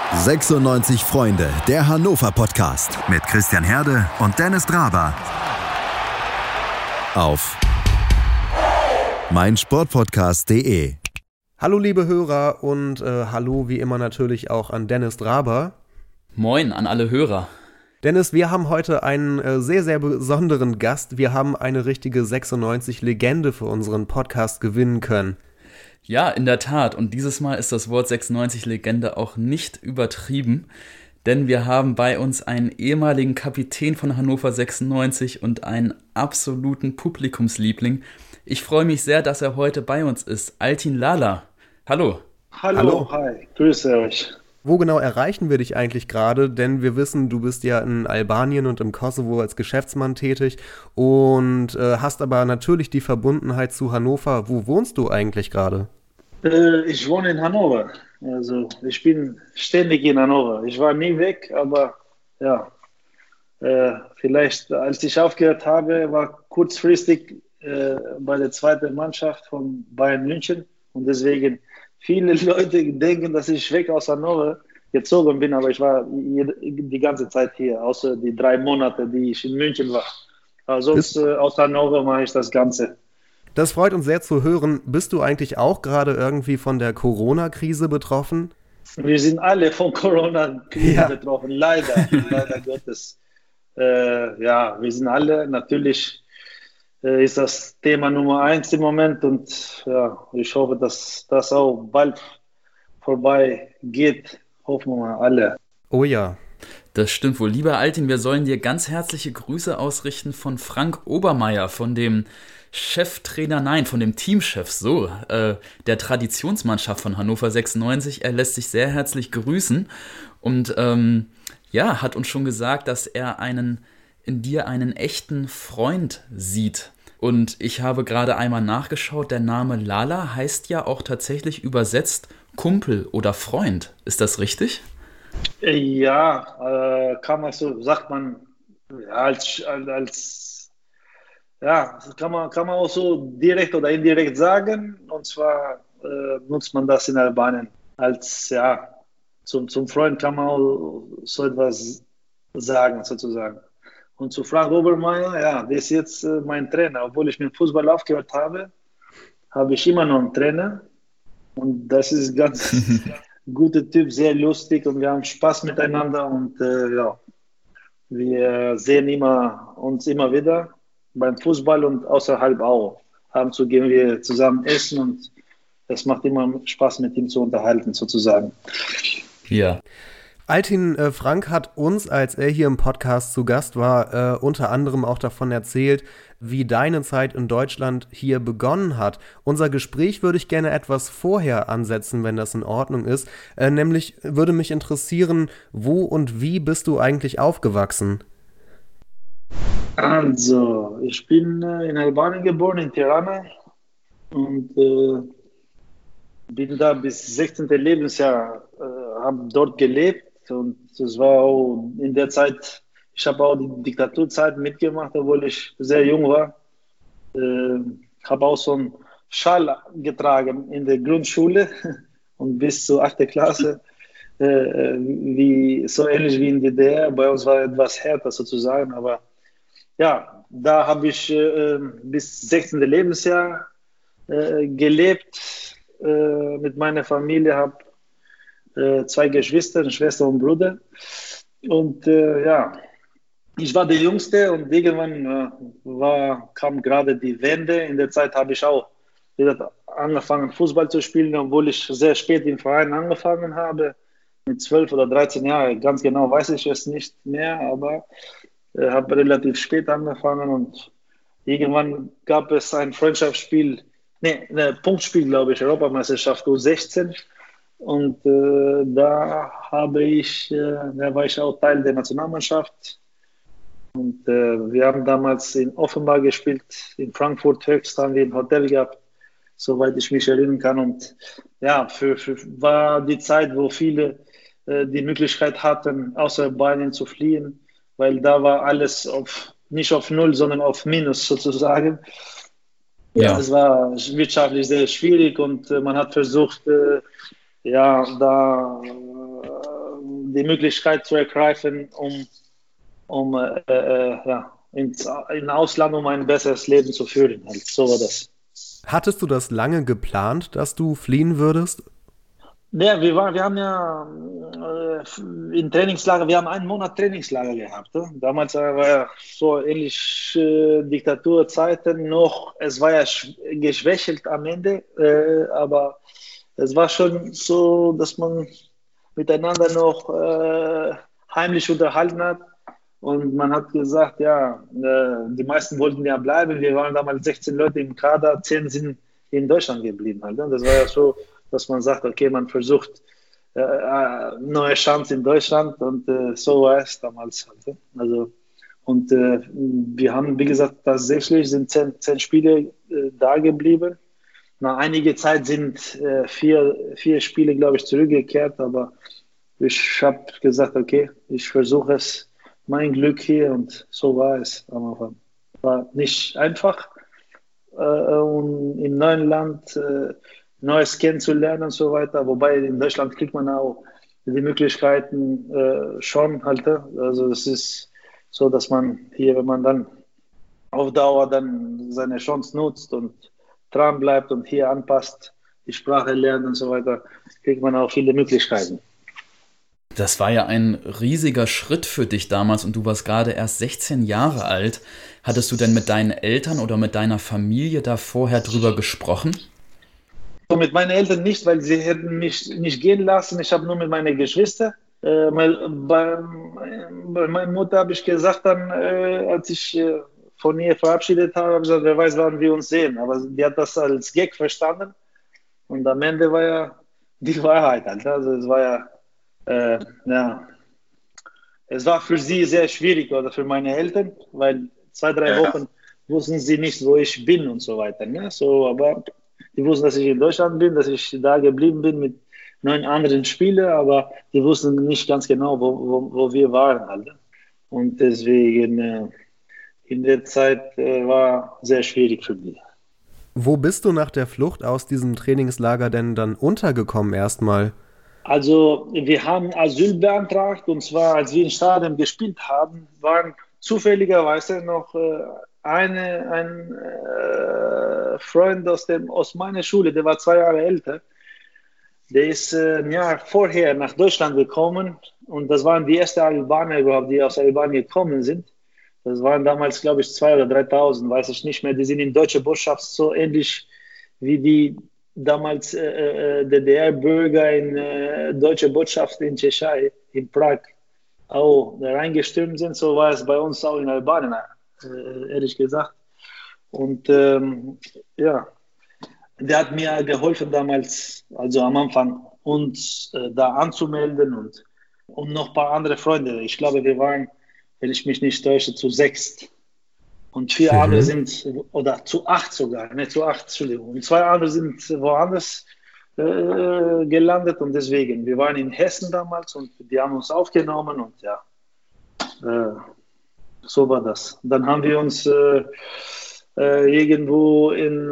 96 Freunde, der Hannover Podcast mit Christian Herde und Dennis Draber auf meinsportpodcast.de. Hallo liebe Hörer und hallo wie immer natürlich auch an Dennis Draber. Moin an alle Hörer. Dennis, wir haben heute einen sehr, sehr besonderen Gast. Wir haben eine richtige 96-Legende für unseren Podcast gewinnen können. Ja, in der Tat. Und dieses Mal ist das Wort 96-Legende auch nicht übertrieben, denn wir haben bei uns einen ehemaligen Kapitän von Hannover 96 und einen absoluten Publikumsliebling. Ich freue mich sehr, dass er heute bei uns ist. Altin Lala. Hallo. Hallo, hi. Grüße euch. Wo genau erreichen wir dich eigentlich gerade? Denn wir wissen, du bist ja in Albanien und im Kosovo als Geschäftsmann tätig und hast aber natürlich die Verbundenheit zu Hannover. Wo wohnst du eigentlich gerade? Ich wohne in Hannover. Also ich bin ständig in Hannover. Ich war nie weg, aber ja, vielleicht als ich aufgehört habe, war kurzfristig bei der zweiten Mannschaft von Bayern München und deswegen viele Leute denken, dass ich weg aus Hannover gezogen bin, aber ich war die ganze Zeit hier, außer die 3 Monate, die ich in München war. Also aus Hannover mache ich das Ganze. Das freut uns sehr zu hören. Bist du eigentlich auch gerade irgendwie von der Corona-Krise betroffen? Wir sind alle von Corona-Krise betroffen, leider Gottes. Ja, wir sind alle, natürlich ist das Thema Nummer 1 im Moment und ja, ich hoffe, dass das auch bald vorbei geht. Hoffen wir mal alle. Oh ja. Das stimmt wohl. Lieber Altin, wir sollen dir ganz herzliche Grüße ausrichten von Frank Obermeier, von dem Cheftrainer, von dem Teamchef, der Traditionsmannschaft von Hannover 96. Er lässt sich sehr herzlich grüßen und hat uns schon gesagt, dass er in dir einen echten Freund sieht. Und ich habe gerade einmal nachgeschaut, der Name Lala heißt ja auch tatsächlich übersetzt Kumpel oder Freund. Ist das richtig? Ja, kann man so, sagt man, das kann man auch so direkt oder indirekt sagen. Und zwar nutzt man das in Albanien als, zum Freund kann man auch so etwas sagen, sozusagen. Und zu Frank Obermeier, der ist jetzt mein Trainer. Obwohl ich mit Fußball aufgehört habe, habe ich immer noch einen Trainer. Und das ist ein ganz guter Typ, sehr lustig und wir haben Spaß miteinander. Und wir sehen uns immer wieder beim Fußball und außerhalb auch. Abends gehen wir zusammen essen und es macht immer Spaß, mit ihm zu unterhalten, sozusagen. Ja. Altin, Frank hat uns, als er hier im Podcast zu Gast war, unter anderem auch davon erzählt, wie deine Zeit in Deutschland hier begonnen hat. Unser Gespräch würde ich gerne etwas vorher ansetzen, wenn das in Ordnung ist. Nämlich würde mich interessieren, wo und wie bist du eigentlich aufgewachsen? Also, ich bin in Albanien geboren, in Tirana und bin da bis 16. Lebensjahr, habe dort gelebt. Und das war auch in der Zeit, ich habe auch die Diktaturzeit mitgemacht, obwohl ich sehr jung war. Habe auch so einen Schal getragen in der Grundschule und bis zur 8. Klasse, so ähnlich wie in DDR. Bei uns war etwas härter sozusagen, aber ja, da habe ich bis 16. Lebensjahr gelebt mit meiner Familie, habe 2 Geschwister, eine Schwester und einen Bruder. Und ich war der Jüngste und irgendwann kam gerade die Wende. In der Zeit habe ich auch wieder angefangen, Fußball zu spielen, obwohl ich sehr spät im Verein angefangen habe. Mit 12 oder 13 Jahren, ganz genau weiß ich es nicht mehr, aber habe relativ spät angefangen und irgendwann gab es ein Freundschaftsspiel, ein Punktspiel, glaube ich, Europameisterschaft U16. Und da war ich auch Teil der Nationalmannschaft. Und wir haben damals in Offenbach gespielt, in Frankfurt höchst haben wir ein Hotel gehabt, soweit ich mich erinnern kann. Und ja, war die Zeit, wo viele die Möglichkeit hatten, aus Albanien zu fliehen, weil da war alles nicht auf Null, sondern auf Minus sozusagen. Ja. Es war wirtschaftlich sehr schwierig und man hat versucht, da die Möglichkeit zu ergreifen, ins Ausland, um ein besseres Leben zu führen. Halt. So war das. Hattest du das lange geplant, dass du fliehen würdest? Ja, wir haben ja in Trainingslager, wir haben einen Monat Trainingslager gehabt. Damals war ja so ähnlich Diktaturzeiten noch, es war ja geschwächelt am Ende, aber es war schon so, dass man miteinander noch heimlich unterhalten hat und man hat gesagt, ja, die meisten wollten ja bleiben, wir waren damals 16 Leute im Kader, 10 sind in Deutschland geblieben. Halt. Das war ja so, dass man sagt, okay, man versucht neue Chance in Deutschland und so war es damals halt. Also, und wir haben, wie gesagt, tatsächlich sind 10 Spiele da geblieben. Nach einiger Zeit sind 4 Spiele, glaube ich, zurückgekehrt, aber ich habe gesagt, okay, ich versuche es, mein Glück hier und so war es am Anfang. War nicht einfach und im neuen Land Neues kennenzulernen und so weiter. Wobei in Deutschland kriegt man auch die Möglichkeiten schon halt. Also es ist so, dass man hier, wenn man dann auf Dauer dann seine Chance nutzt und dran bleibt und hier anpasst, die Sprache lernt und so weiter, kriegt man auch viele Möglichkeiten. Das war ja ein riesiger Schritt für dich damals und du warst gerade erst 16 Jahre alt. Hattest du denn mit deinen Eltern oder mit deiner Familie da vorher drüber gesprochen? So mit meinen Eltern nicht, weil sie hätten mich nicht gehen lassen. Ich habe nur mit meinen Geschwistern. Bei meiner Mutter habe ich gesagt, dann, als ich von ihr verabschiedet habe ich gesagt, wer weiß, wann wir uns sehen. Aber die hat das als Gag verstanden. Und am Ende war ja die Wahrheit. Also es war es war für sie sehr schwierig oder für meine Eltern, weil 2-3 Wochen wussten sie nicht, wo ich bin und so weiter. Ne? So, aber die wussten, dass ich in Deutschland bin, dass ich da geblieben bin mit 9 anderen Spielern, aber die wussten nicht ganz genau, wo wir waren. Halt. Und deswegen in der Zeit war sehr schwierig für mich. Wo bist du nach der Flucht aus diesem Trainingslager denn dann untergekommen erstmal? Also wir haben Asyl beantragt und zwar, als wir in Stadion gespielt haben, waren zufälligerweise noch ein Freund aus meiner Schule, der war 2 Jahre älter, der ist ein Jahr vorher nach Deutschland gekommen und das waren die ersten Albaner überhaupt, die aus Albanien gekommen sind. Das waren damals, glaube ich, 2.000 oder 3.000, weiß ich nicht mehr. Die sind in deutscher Botschaft so ähnlich wie die damals DDR-Bürger in deutsche Botschaft in Tschechei, in Prag, auch reingestürmt sind. So war es bei uns auch in Albanien, ehrlich gesagt. Und der hat mir geholfen damals, also am Anfang, uns da anzumelden und noch ein paar andere Freunde. Ich glaube, wir waren, wenn ich mich nicht täusche, zu 6. Und 4 andere sind, oder zu 8 sogar, ne, zu 8, Entschuldigung. Und 2 andere sind woanders gelandet und deswegen. Wir waren in Hessen damals und die haben uns aufgenommen und ja, so war das. Dann haben wir uns irgendwo in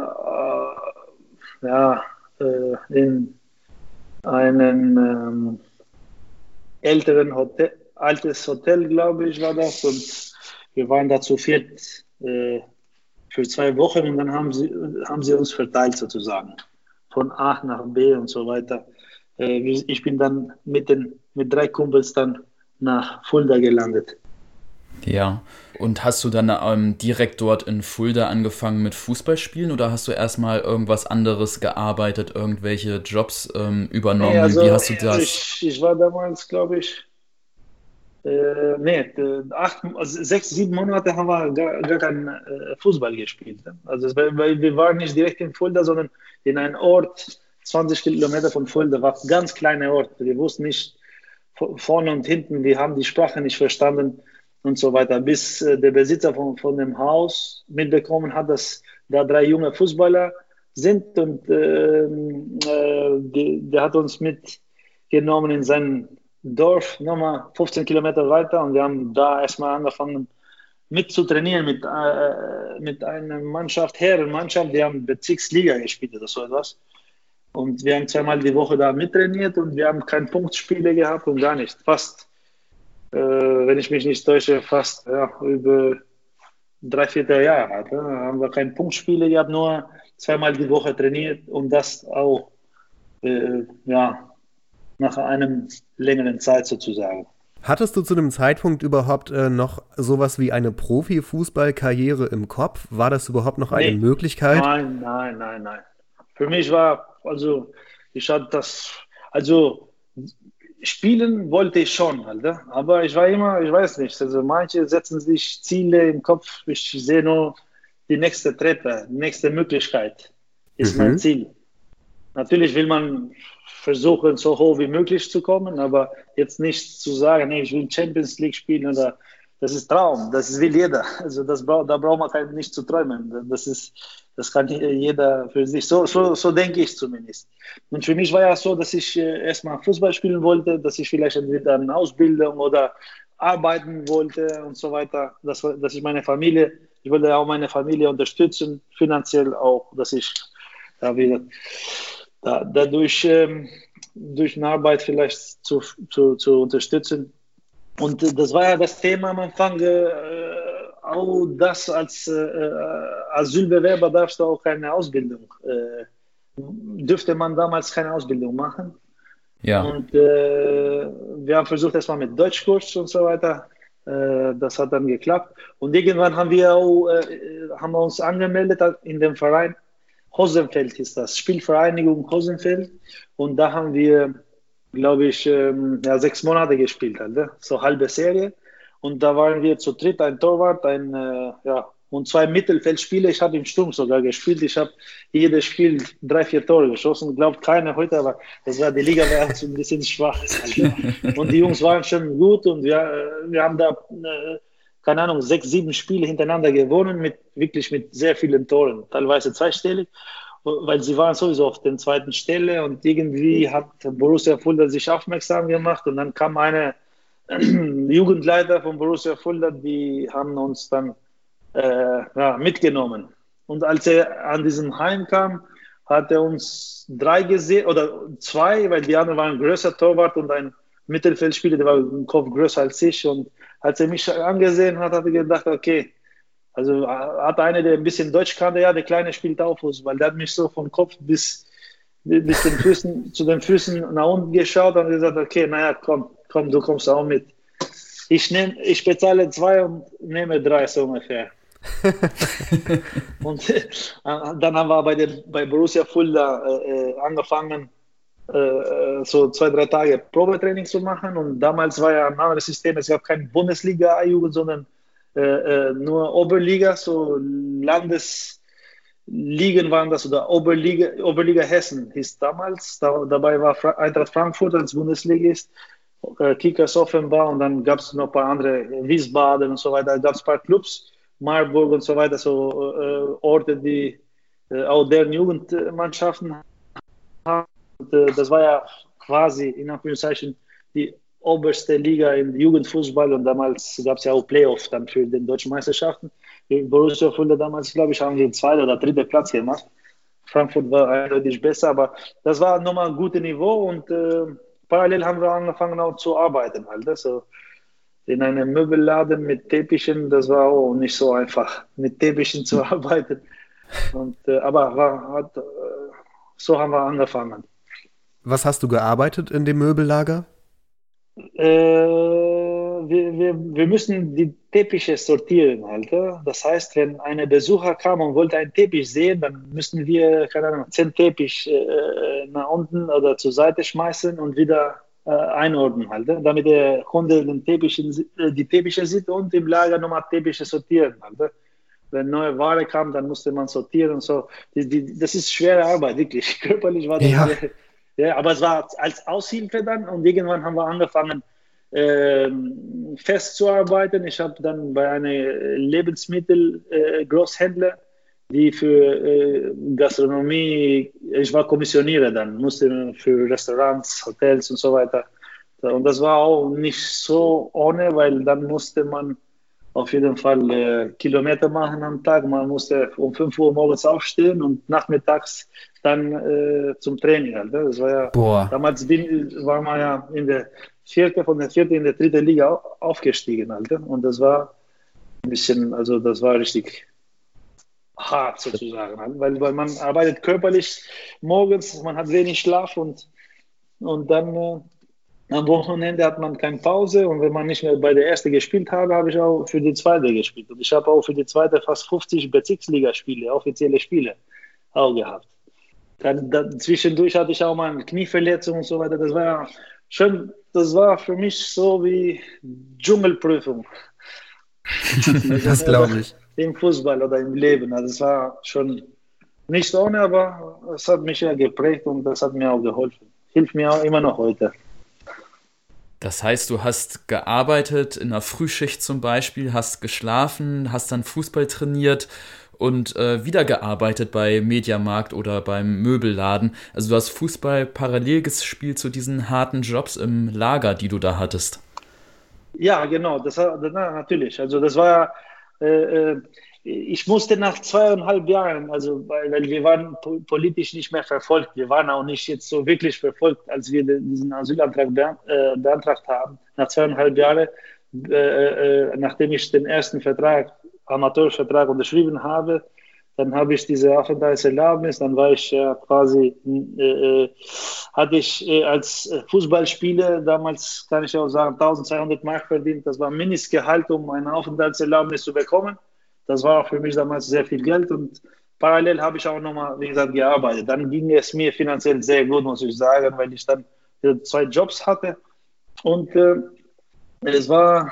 einem älteren Hotel, altes Hotel, glaube ich, war das und wir waren da zu 4 für 2 Wochen und dann haben sie uns verteilt sozusagen. Von A nach B und so weiter. Ich bin dann mit 3 Kumpels dann nach Fulda gelandet. Ja, und hast du dann direkt dort in Fulda angefangen mit Fußballspielen oder hast du erstmal irgendwas anderes gearbeitet, irgendwelche Jobs übernommen? Nee, also, wie hast du das? Ich war damals, glaube ich, 6, 7 Monate haben wir gar kein Fußball gespielt. Also weil wir waren nicht direkt in Fulda, sondern in einem Ort, 20 Kilometer von Fulda, war ein ganz kleiner Ort. Wir wussten nicht vorne und hinten, wir haben die Sprache nicht verstanden und so weiter, bis der Besitzer von dem Haus mitbekommen hat, dass da 3 junge Fußballer sind und der hat uns mitgenommen in sein Dorf, nochmal 15 Kilometer weiter und wir haben da erstmal angefangen mitzutrainieren mit einer Mannschaft, Herrenmannschaft, die haben Bezirksliga gespielt oder so etwas. Und wir haben zweimal die Woche da mittrainiert und wir haben keine Punktspiele gehabt und gar nicht. Fast, wenn ich mich nicht täusche, fast über 3/4 Jahr hatte. Haben wir keine Punktspiele gehabt, nur zweimal die Woche trainiert und das auch nach einem längeren Zeit sozusagen. Hattest du zu dem Zeitpunkt überhaupt noch sowas wie eine Profifußballkarriere im Kopf? War das überhaupt noch eine Möglichkeit? Nein. Für mich war, spielen wollte ich schon, Alter. Aber ich war immer, ich weiß nicht, also manche setzen sich Ziele im Kopf, ich sehe nur die nächste Treppe, die nächste Möglichkeit ist mein Ziel. Natürlich will man versuchen, so hoch wie möglich zu kommen, aber jetzt nicht zu sagen, nee, ich will Champions League spielen oder das ist Traum, das will jeder. Also da braucht man nicht zu träumen. Das kann jeder für sich. So denke ich zumindest. Und für mich war ja so, dass ich erstmal Fußball spielen wollte, dass ich vielleicht entweder eine Ausbildung oder arbeiten wollte und so weiter. Dass ich ich wollte auch meine Familie unterstützen, finanziell auch, dass ich dadurch durch eine Arbeit vielleicht zu unterstützen. Und das war ja das Thema am Anfang, auch das als Asylbewerber darfst du auch keine Ausbildung, dürfte man damals keine Ausbildung machen. Ja. Und wir haben versucht erstmal mit Deutschkurs und so weiter, das hat dann geklappt. Und irgendwann haben wir uns angemeldet in dem Verein, Hosenfeld ist das, Spielvereinigung Hosenfeld. Und da haben wir, glaube ich, 6 Monate gespielt, so halbe Serie. Und da waren wir zu dritt, ein Torwart, und 2 Mittelfeldspieler. Ich habe im Sturm sogar gespielt. Ich habe jedes Spiel 3-4 Tore geschossen. Glaubt keiner heute, aber die Liga war ein bisschen schwach. Und die Jungs waren schon gut und wir haben da, keine Ahnung, 6, 7 Spiele hintereinander gewonnen, wirklich mit sehr vielen Toren, teilweise zweistellig, weil sie waren sowieso auf der zweiten Stelle und irgendwie hat Borussia Fulda sich aufmerksam gemacht und dann kam eine Jugendleiter von Borussia Fulda, die haben uns dann mitgenommen. Und als er an diesem Heim kam, hat er uns 3 gesehen, oder 2, weil die anderen waren ein größer Torwart und ein Mittelfeldspieler, der war im Kopf größer als ich. Und als er mich angesehen hat, hat er gedacht, okay, also hat einer, der ein bisschen Deutsch kannte, der Kleine spielt auch Fußball. Der hat mich so vom Kopf bis den Füßen, zu den Füßen nach unten geschaut und gesagt, okay, naja, komm, du kommst auch mit. Ich bezahle 2 und nehme 3, so ungefähr. Und dann haben wir bei Borussia Fulda angefangen, so 2-3 Tage Probetraining zu machen. Und damals war ja ein anderes System. Es gab kein Bundesliga-A-Jugend, sondern nur Oberliga, so Landesligen waren das, oder Oberliga Hessen hieß damals. Dabei war Eintracht Frankfurt als Bundesligist, Kickers Offenbach und dann gab es noch ein paar andere, Wiesbaden und so weiter. Da gab es ein paar Clubs, Marburg und so weiter, so Orte, die auch deren Jugendmannschaften haben. Und, das war ja quasi in Anführungszeichen die oberste Liga im Jugendfußball und damals gab es ja auch Playoff dann für die deutschen Meisterschaften. Borussia Fulda damals, glaube ich, haben wir den 2. oder 3. Platz gemacht. Frankfurt war eindeutig besser, aber das war nochmal ein gutes Niveau und parallel haben wir angefangen auch zu arbeiten. Also in einem Möbelladen mit Teppichen, das war auch nicht so einfach, mit Teppichen zu arbeiten. Und, aber so haben wir angefangen. Was hast du gearbeitet in dem Möbellager? Wir müssen die Teppiche sortieren, Alter. Das heißt, wenn ein Besucher kam und wollte einen Teppich sehen, dann müssten wir, keine Ahnung, 10 Teppich nach unten oder zur Seite schmeißen und wieder einordnen, Alter, damit der Kunde die Teppiche sieht und im Lager nochmal Teppiche sortieren, Alter. Wenn neue Ware kam, dann musste man sortieren und so. Das ist schwere Arbeit, wirklich. Körperlich war das sehr. Ja, aber es war als Aushilfe dann und irgendwann haben wir angefangen festzuarbeiten. Ich habe dann bei einem Lebensmittel-Großhändler, die für Gastronomie, ich war Kommissionierer dann, musste für Restaurants, Hotels und so weiter. Und das war auch nicht so ohne, weil dann musste man auf jeden Fall Kilometer machen am Tag. Man musste um 5 Uhr morgens aufstehen und nachmittags dann zum Training halt. Das war ja, Boah. damals war man ja von der vierten in der dritten Liga aufgestiegen halt. Und das war ein bisschen, also das war richtig hart sozusagen, halt, weil man arbeitet körperlich morgens, man hat wenig Schlaf und dann am Wochenende hat man keine Pause und wenn man nicht mehr bei der ersten gespielt habe ich auch für die zweite gespielt. Und ich habe auch für die zweite fast 50 Bezirksligaspiele, offizielle Spiele auch gehabt. Dann zwischendurch hatte ich auch mal eine Knieverletzung und so weiter. Das war schön, das war für mich so wie Dschungelprüfung. Das glaube ich. Im Fußball oder im Leben. Also es war schon nicht ohne, aber es hat mich ja geprägt und das hat mir auch geholfen. Hilft mir auch immer noch heute. Das heißt, du hast gearbeitet in der Frühschicht zum Beispiel, hast geschlafen, hast dann Fußball trainiert und wieder gearbeitet bei Mediamarkt oder beim Möbelladen. Also du hast Fußball parallel gespielt zu diesen harten Jobs im Lager, die du da hattest. Ja, genau, natürlich. Also das war, ich musste nach 2,5 Jahren, also weil wir waren politisch nicht mehr verfolgt. Wir waren auch nicht jetzt so wirklich verfolgt, als wir diesen Asylantrag beantragt haben. Nach 2,5 Jahren, nachdem ich den ersten Amateurvertrag unterschrieben habe, dann habe ich diese Aufenthaltserlaubnis, dann war ich hatte ich als Fußballspieler damals, kann ich auch sagen, 1200 Mark verdient. Das war Mindestgehalt, um eine Aufenthaltserlaubnis zu bekommen. Das war auch für mich damals sehr viel Geld und parallel habe ich auch nochmal, wie gesagt, gearbeitet. Dann ging es mir finanziell sehr gut, muss ich sagen, weil ich dann 2 Jobs hatte und das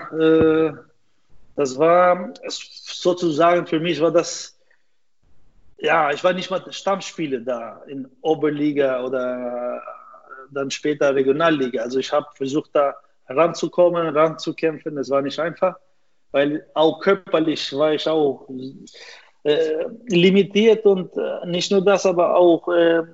war sozusagen für mich war das. Ja, ich war nicht mal Stammspieler da in Oberliga oder dann später Regionalliga. Also ich habe versucht, da ranzukämpfen. Das war nicht einfach, weil auch körperlich war ich auch limitiert und nicht nur das, aber auch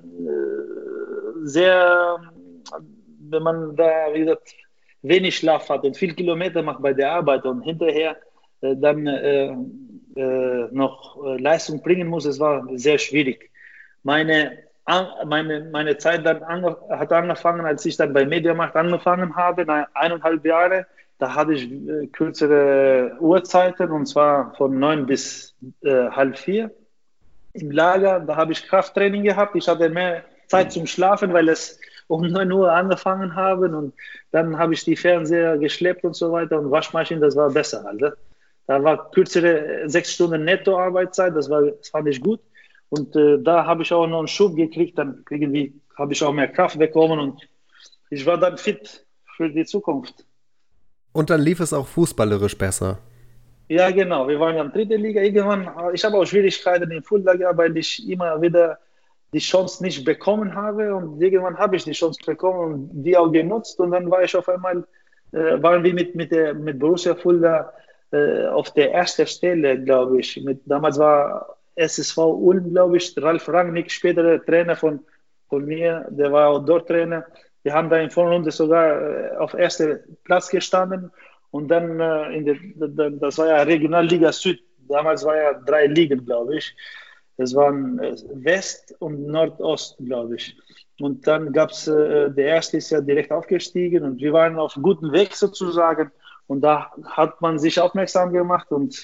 sehr, wenn man da, wie gesagt, wenig Schlaf hat und viel Kilometer macht bei der Arbeit und hinterher dann noch Leistung bringen muss, es war sehr schwierig. Meine Zeit dann hat angefangen, als ich dann bei Mediamarkt angefangen habe, 1,5 Jahre. Da hatte ich kürzere Uhrzeiten und zwar von 9 bis 3:30 im Lager. Da habe ich Krafttraining gehabt. Ich hatte mehr Zeit zum Schlafen, weil es um 9 Uhr angefangen haben und dann habe ich die Fernseher geschleppt und so weiter und Waschmaschinen, das war besser, Alter. Da war kürzere 6 Stunden Netto-Arbeitszeit, das fand ich gut. Und da habe ich auch noch einen Schub gekriegt, dann irgendwie habe ich auch mehr Kraft bekommen und ich war dann fit für die Zukunft. Und dann lief es auch fußballerisch besser. Ja, genau. Wir waren ja in der dritten Liga. Irgendwann, ich habe auch Schwierigkeiten in Fußball, weil ich immer wieder die Chance nicht bekommen habe. Und irgendwann habe ich die Chance bekommen und die auch genutzt. Und dann war ich auf einmal, waren wir mit Borussia Fulda auf der ersten Stelle, glaube ich. Damals war SSV Ulm, glaube ich, Ralf Rangnick, später Trainer von mir, der war auch dort Trainer. Wir haben da in Vorrunde sogar auf ersten Platz gestanden und dann das war ja Regionalliga Süd. Damals war ja 3 Ligen, glaube ich. Das waren West und Nordost, glaube ich. Und dann gab es, der erste ist ja direkt aufgestiegen und wir waren auf gutem Weg sozusagen. Und da hat man sich aufmerksam gemacht und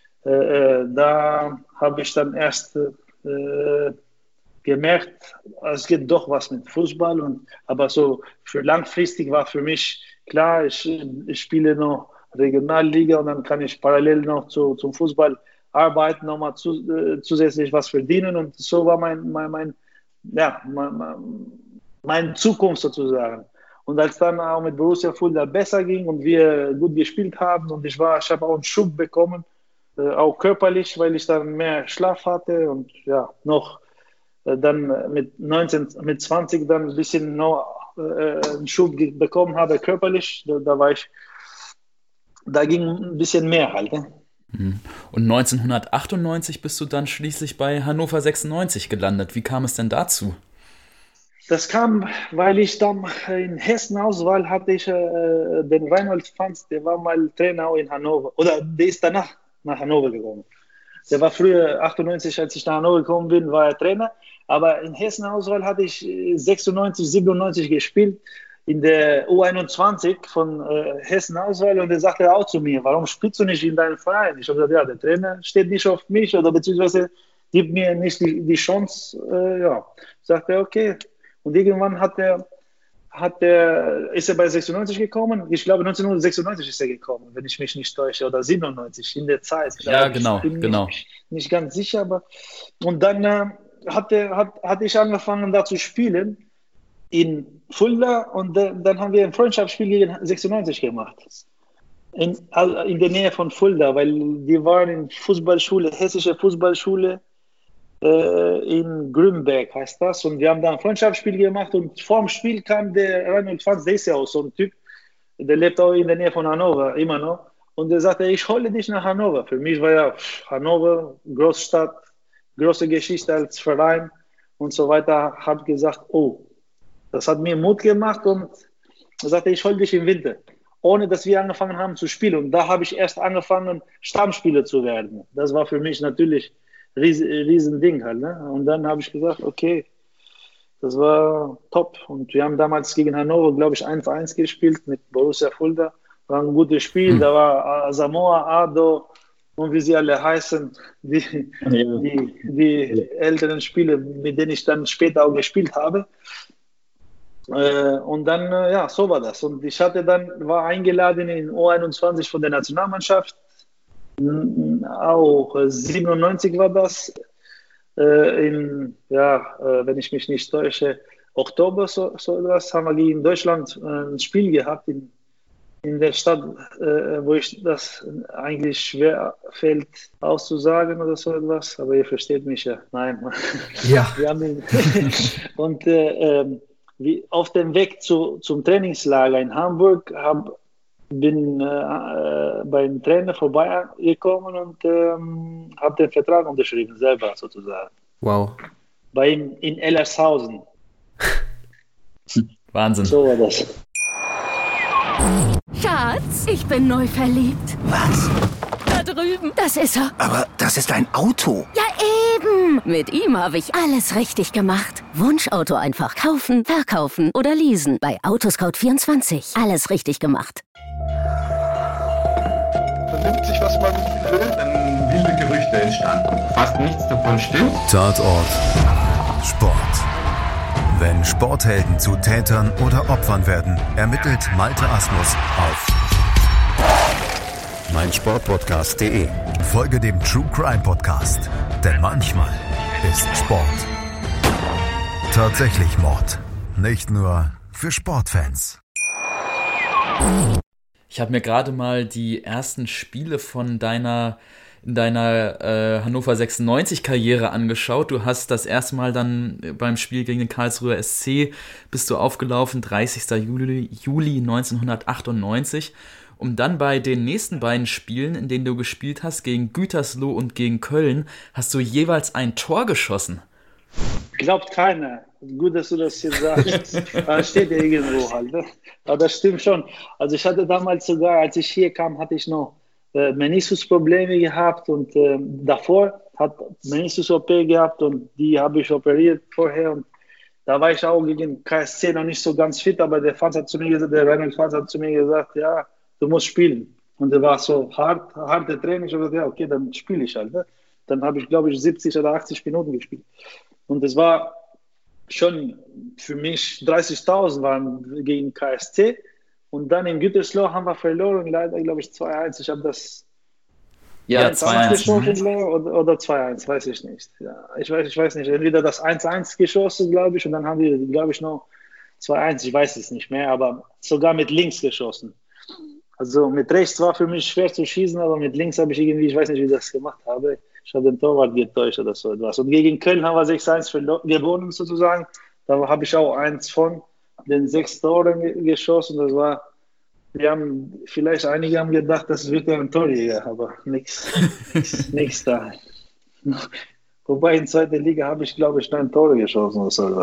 da habe ich dann erst gemerkt, es geht doch was mit Fußball. Aber so für langfristig war für mich klar, ich spiele noch Regionalliga und dann kann ich parallel noch zum Fußball arbeiten, nochmal zusätzlich was verdienen. Und so war meine Zukunft sozusagen. Und als dann auch mit Borussia Fulda besser ging und wir gut gespielt haben und ich habe auch einen Schub bekommen, auch körperlich, weil ich dann mehr Schlaf hatte und ja, noch dann mit 20 dann ein bisschen noch einen Schub bekommen habe körperlich, da ging ein bisschen mehr halt. Ne? Und 1998 bist du dann schließlich bei Hannover 96 gelandet. Wie kam es denn dazu? Das kam, weil ich dann in Hessen-Auswahl hatte ich den Reinhold Franz, der war mal Trainer auch in Hannover. Oder der ist danach nach Hannover gekommen. Der war früher, 98, als ich nach Hannover gekommen bin, war er Trainer. Aber in Hessen-Auswahl hatte ich 96, 97 gespielt in der U21 von Hessen-Auswahl. Und der sagte auch zu mir, warum spielst du nicht in deinem Verein? Ich habe gesagt, ja, der Trainer steht nicht auf mich oder beziehungsweise gibt mir nicht die Chance. Ja, sagte er, okay. Und irgendwann ist er bei 96 gekommen. Ich glaube, 1996 ist er gekommen, wenn ich mich nicht täusche, oder 97 in der Zeit. Ja, genau, ich bin genau. nicht ganz sicher, aber und dann hatte ich angefangen, da zu spielen in Fulda und dann haben wir ein Freundschaftsspiel gegen 96 gemacht. In der Nähe von Fulda, weil die waren in Fußballschule, hessische Fußballschule, in Grünberg heißt das, und wir haben da ein Freundschaftsspiel gemacht und vor dem Spiel kam der Reinhold Franz, der ist ja auch so ein Typ, der lebt auch in der Nähe von Hannover, immer noch, und der sagte, ich hole dich nach Hannover. Für mich war ja Hannover, Großstadt, große Geschichte als Verein und so weiter, habe gesagt, oh, das hat mir Mut gemacht und er sagte, ich hole dich im Winter, ohne dass wir angefangen haben zu spielen, und da habe ich erst angefangen, Stammspieler zu werden. Das war für mich natürlich riesen Ding halt, ne? Und dann habe ich gesagt, okay, das war top. Und wir haben damals gegen Hannover, glaube ich, 1-1 gespielt mit Borussia Fulda. War ein gutes Spiel. Da war Samoa, Ado und wie sie alle heißen, die älteren Spieler, mit denen ich dann später auch gespielt habe. Und dann, ja, so war das. Und ich war eingeladen in U21 von der Nationalmannschaft. Auch 97 war das, wenn ich mich nicht täusche, Oktober, so etwas, haben wir gegen Deutschland ein Spiel gehabt in der Stadt, wo ich das eigentlich schwer fällt auszusagen oder so etwas, aber ihr versteht mich ja. Nein. Ja. Und auf dem Weg zum Trainingslager in Hamburg bin beim Trainer vorbeigekommen und habe den Vertrag unterschrieben, selber sozusagen. Wow. Bei ihm in Ellershausen. Wahnsinn. So war das. Schatz, ich bin neu verliebt. Was? Da drüben. Das ist er. Aber das ist ein Auto. Ja, eben. Mit ihm habe ich alles richtig gemacht. Wunschauto einfach kaufen, verkaufen oder leasen. Bei Autoscout24. Alles richtig gemacht. Vernimmt sich, was man will, dann wilde Gerüchte entstanden. Fast nichts davon stimmt. Tatort Sport. Wenn Sporthelden zu Tätern oder Opfern werden, ermittelt Malte Asmus auf meinsportpodcast.de. Folge dem True Crime Podcast, denn manchmal ist Sport tatsächlich Mord. Nicht nur für Sportfans. Ich habe mir gerade mal die ersten Spiele von deiner Hannover 96-Karriere angeschaut. Du hast das erste Mal dann beim Spiel gegen den Karlsruher SC bist du aufgelaufen, 30. Juli 1998. Und dann bei den nächsten beiden Spielen, in denen du gespielt hast, gegen Gütersloh und gegen Köln, hast du jeweils ein Tor geschossen. Glaubt keiner. Gut, dass du das hier sagst. Da steht ja irgendwo halt. Ne? Aber das stimmt schon. Also ich hatte damals sogar, als ich hier kam, hatte ich noch Meniskusprobleme gehabt und davor hat Meniskus-OP gehabt und die habe ich operiert vorher und da war ich auch gegen KSC noch nicht so ganz fit, aber der Reinhold Franz hat zu mir gesagt, ja, du musst spielen. Und der war so harte Training. Ich habe gesagt, ja, okay, dann spiele ich halt. Ne? Dann habe ich, glaube ich, 70 oder 80 Minuten gespielt. Und es war schon für mich 30.000 waren gegen KSC. Und dann in Gütersloh haben wir verloren, leider, glaube ich, 2-1. Ich habe das 2-1 geschossen oder 2-1, weiß ich nicht. Ja, ich weiß nicht. Entweder das 1-1 geschossen, glaube ich, und dann haben wir, glaube ich, noch 2-1. Ich weiß es nicht mehr, aber sogar mit links geschossen. Also mit rechts war für mich schwer zu schießen, aber mit links habe ich irgendwie, ich weiß nicht, wie ich das gemacht habe. Ich habe den Torwart getäuscht oder so etwas. Und gegen Köln haben wir 6-1 gewonnen sozusagen. Da habe ich auch eins von den 6 Toren geschossen. Das war, einige haben gedacht, das wird ja ein Torjäger, aber nichts da. Wobei in 2. Liga habe ich, glaube ich, 9 Tore geschossen oder so etwas.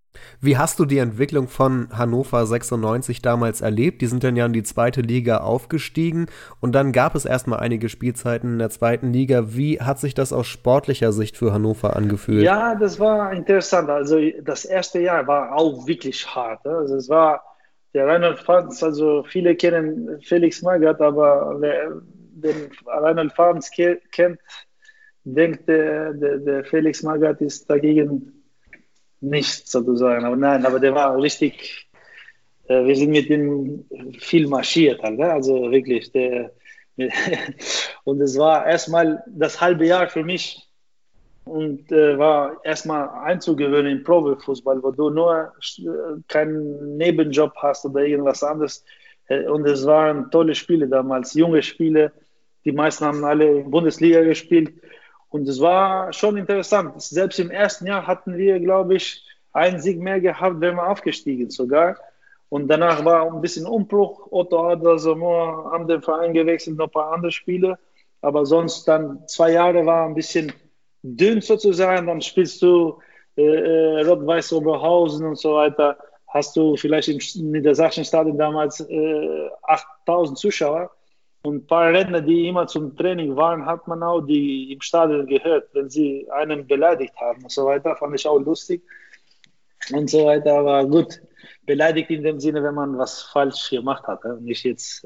Wie hast du die Entwicklung von Hannover 96 damals erlebt? Die sind dann ja in die zweite Liga aufgestiegen und dann gab es erstmal einige Spielzeiten in der zweiten Liga. Wie hat sich das aus sportlicher Sicht für Hannover angefühlt? Ja, das war interessant. Also das erste Jahr war auch wirklich hart. Also es war der Rheinland-Pfalz, also viele kennen Felix Magath, aber wer den Rheinland-Pfalz kennt, denkt, der Felix Magath ist dagegen nichts sozusagen. Aber nein, aber der war richtig, wir sind mit ihm viel marschiert halt, ne? Also wirklich. Und es war erstmal das halbe Jahr für mich und war erstmal einzugewöhnen im Profifußball, wo du nur keinen Nebenjob hast oder irgendwas anderes. Und es waren tolle Spiele damals, junge Spiele. Die meisten haben alle in Bundesliga gespielt. Und es war schon interessant. Selbst im ersten Jahr hatten wir, glaube ich, einen Sieg mehr gehabt, wenn wir aufgestiegen sogar. Und danach war ein bisschen Umbruch. Otto Adler haben den Verein gewechselt, noch ein paar andere Spiele. Aber sonst dann 2 Jahre war ein bisschen dünn sozusagen. Dann spielst du Rot-Weiß Oberhausen und so weiter. Hast du vielleicht im Niedersachsen Stadion damals 8.000 Zuschauer. Und ein paar Redner, die immer zum Training waren, hat man auch die im Stadion gehört, wenn sie einen beleidigt haben und so weiter. Fand ich auch lustig und so weiter. Aber gut, beleidigt in dem Sinne, wenn man was falsch gemacht hat. Nicht jetzt.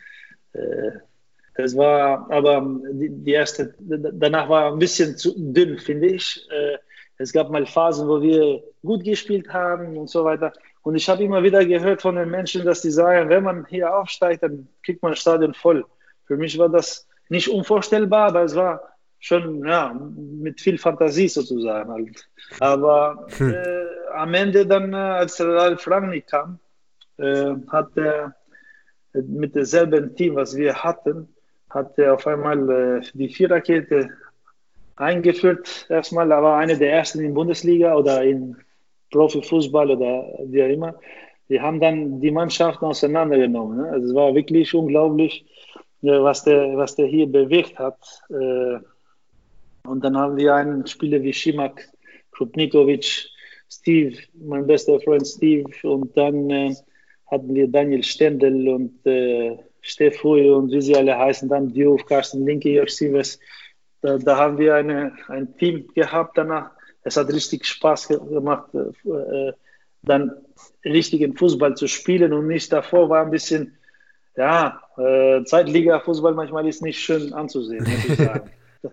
Das war, aber die erste, danach war ein bisschen zu dünn, finde ich. Es gab mal Phasen, wo wir gut gespielt haben und so weiter. Und ich habe immer wieder gehört von den Menschen, dass die sagen, wenn man hier aufsteigt, dann kriegt man das Stadion voll. Für mich war das nicht unvorstellbar, aber es war schon mit viel Fantasie sozusagen. Halt. Aber am Ende dann, als Ralf Rangnick kam, hat er mit demselben Team, was wir hatten, hat er auf einmal die Viererkette eingeführt. Erstmal, er war einer der ersten in Bundesliga oder in Profifußball oder wie auch immer. Die haben dann die Mannschaften auseinandergenommen. Ne? Also es war wirklich unglaublich, was der hier bewegt hat. Und dann haben wir einen Spieler wie Šimak, Krupnikovic, Steve, mein bester Freund Steve. Und dann hatten wir Daniel Stendel und Stefui und wie sie alle heißen. Dann Diouf, Carsten Linke, Jörg Sievers. Da haben wir ein Team gehabt danach. Es hat richtig Spaß gemacht, dann richtigen Fußball zu spielen und nicht davor war ein bisschen, Zweitliga-Fußball manchmal ist nicht schön anzusehen, muss ich sagen.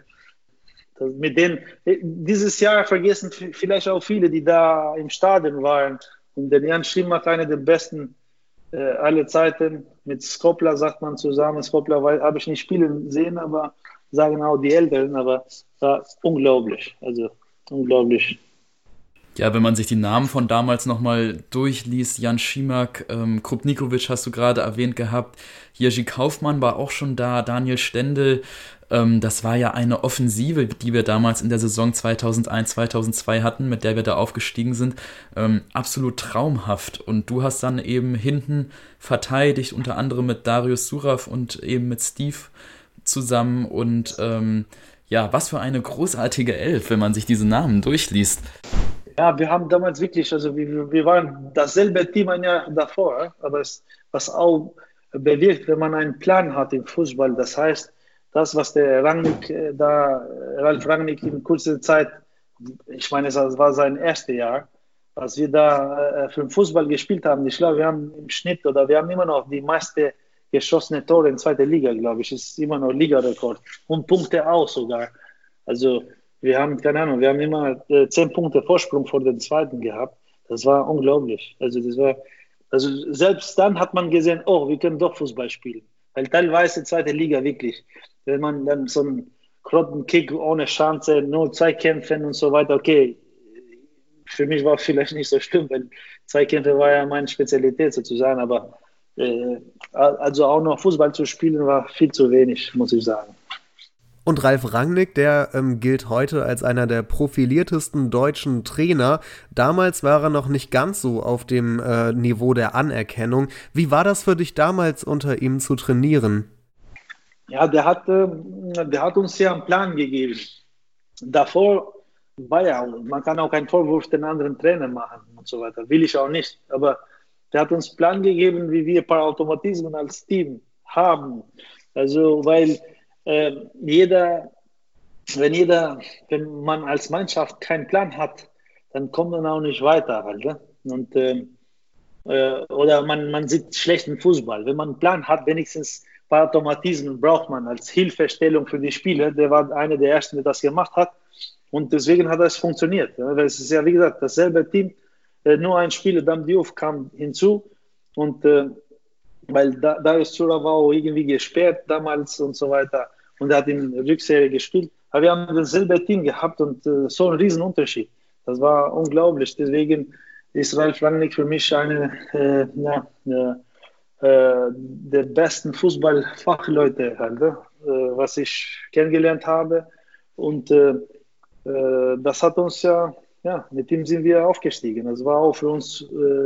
Dieses Jahr vergessen vielleicht auch viele, die da im Stadion waren. Und den Jan Šimak, einer der besten aller Zeiten, mit Skopla sagt man zusammen. Skopla habe ich nicht spielen sehen, aber sagen auch die Älteren, aber war unglaublich. Also unglaublich. Ja, wenn man sich die Namen von damals nochmal durchliest, Jan Šimak, Krupnikovic hast du gerade erwähnt gehabt, Jerzy Kaufmann war auch schon da, Daniel Stendel, das war ja eine Offensive, die wir damals in der Saison 2001, 2002 hatten, mit der wir da aufgestiegen sind, absolut traumhaft. Und du hast dann eben hinten verteidigt, unter anderem mit Darius Surav und eben mit Steve zusammen und was für eine großartige Elf, wenn man sich diese Namen durchliest. Ja, wir haben damals wirklich, also wir waren dasselbe Team ein Jahr davor, aber was auch bewirkt, wenn man einen Plan hat im Fußball, das heißt, das, was der Ralf Rangnick in kurzer Zeit, ich meine, es war sein erstes Jahr, als wir da für den Fußball gespielt haben, ich glaube, wir haben im Schnitt wir haben immer noch die meiste geschossene Tore in zweiter Liga, glaube ich, ist immer noch Ligarekord. Und Punkte auch sogar. Also wir haben, keine Ahnung, wir haben immer 10 Punkte Vorsprung vor den Zweiten gehabt. Das war unglaublich. Also selbst dann hat man gesehen, wir können doch Fußball spielen. Weil teilweise zweite Liga wirklich, wenn man dann so einen Krottenkick ohne Chance, nur Zweikämpfen und so weiter, okay, für mich war vielleicht nicht so schlimm, weil Zweikämpfe war ja meine Spezialität sozusagen, aber also auch noch Fußball zu spielen war viel zu wenig, muss ich sagen. Und Ralf Rangnick, der gilt heute als einer der profiliertesten deutschen Trainer. Damals war er noch nicht ganz so auf dem Niveau der Anerkennung. Wie war das für dich damals, unter ihm zu trainieren? Ja, der hat uns ja einen Plan gegeben. Davor war ja, man kann auch keinen Vorwurf den anderen Trainer machen und so weiter. Will ich auch nicht. Aber der hat uns Plan gegeben, wie wir ein paar Automatismen als Team haben. Also, weil wenn man als Mannschaft keinen Plan hat, dann kommt man auch nicht weiter halt. Ne? Und, oder man sieht schlechten Fußball. Wenn man einen Plan hat, wenigstens ein paar Automatismen braucht man als Hilfestellung für die Spieler. Der war einer der Ersten, der das gemacht hat. Und deswegen hat das funktioniert. Ja? Weil es ist ja, wie gesagt, dasselbe Team. Nur ein Spieler, Dam Diouf, kam hinzu. Und weil Darius Zura war auch irgendwie gesperrt damals und so weiter. Und er hat in der Rückserie gespielt. Aber wir haben dasselbe Team gehabt und so ein Riesenunterschied. Das war unglaublich. Deswegen ist Ralf Rangnick für mich einer der besten Fußballfachleute, halt, was ich kennengelernt habe. Und das hat uns ja, mit ihm sind wir aufgestiegen. Das war auch für uns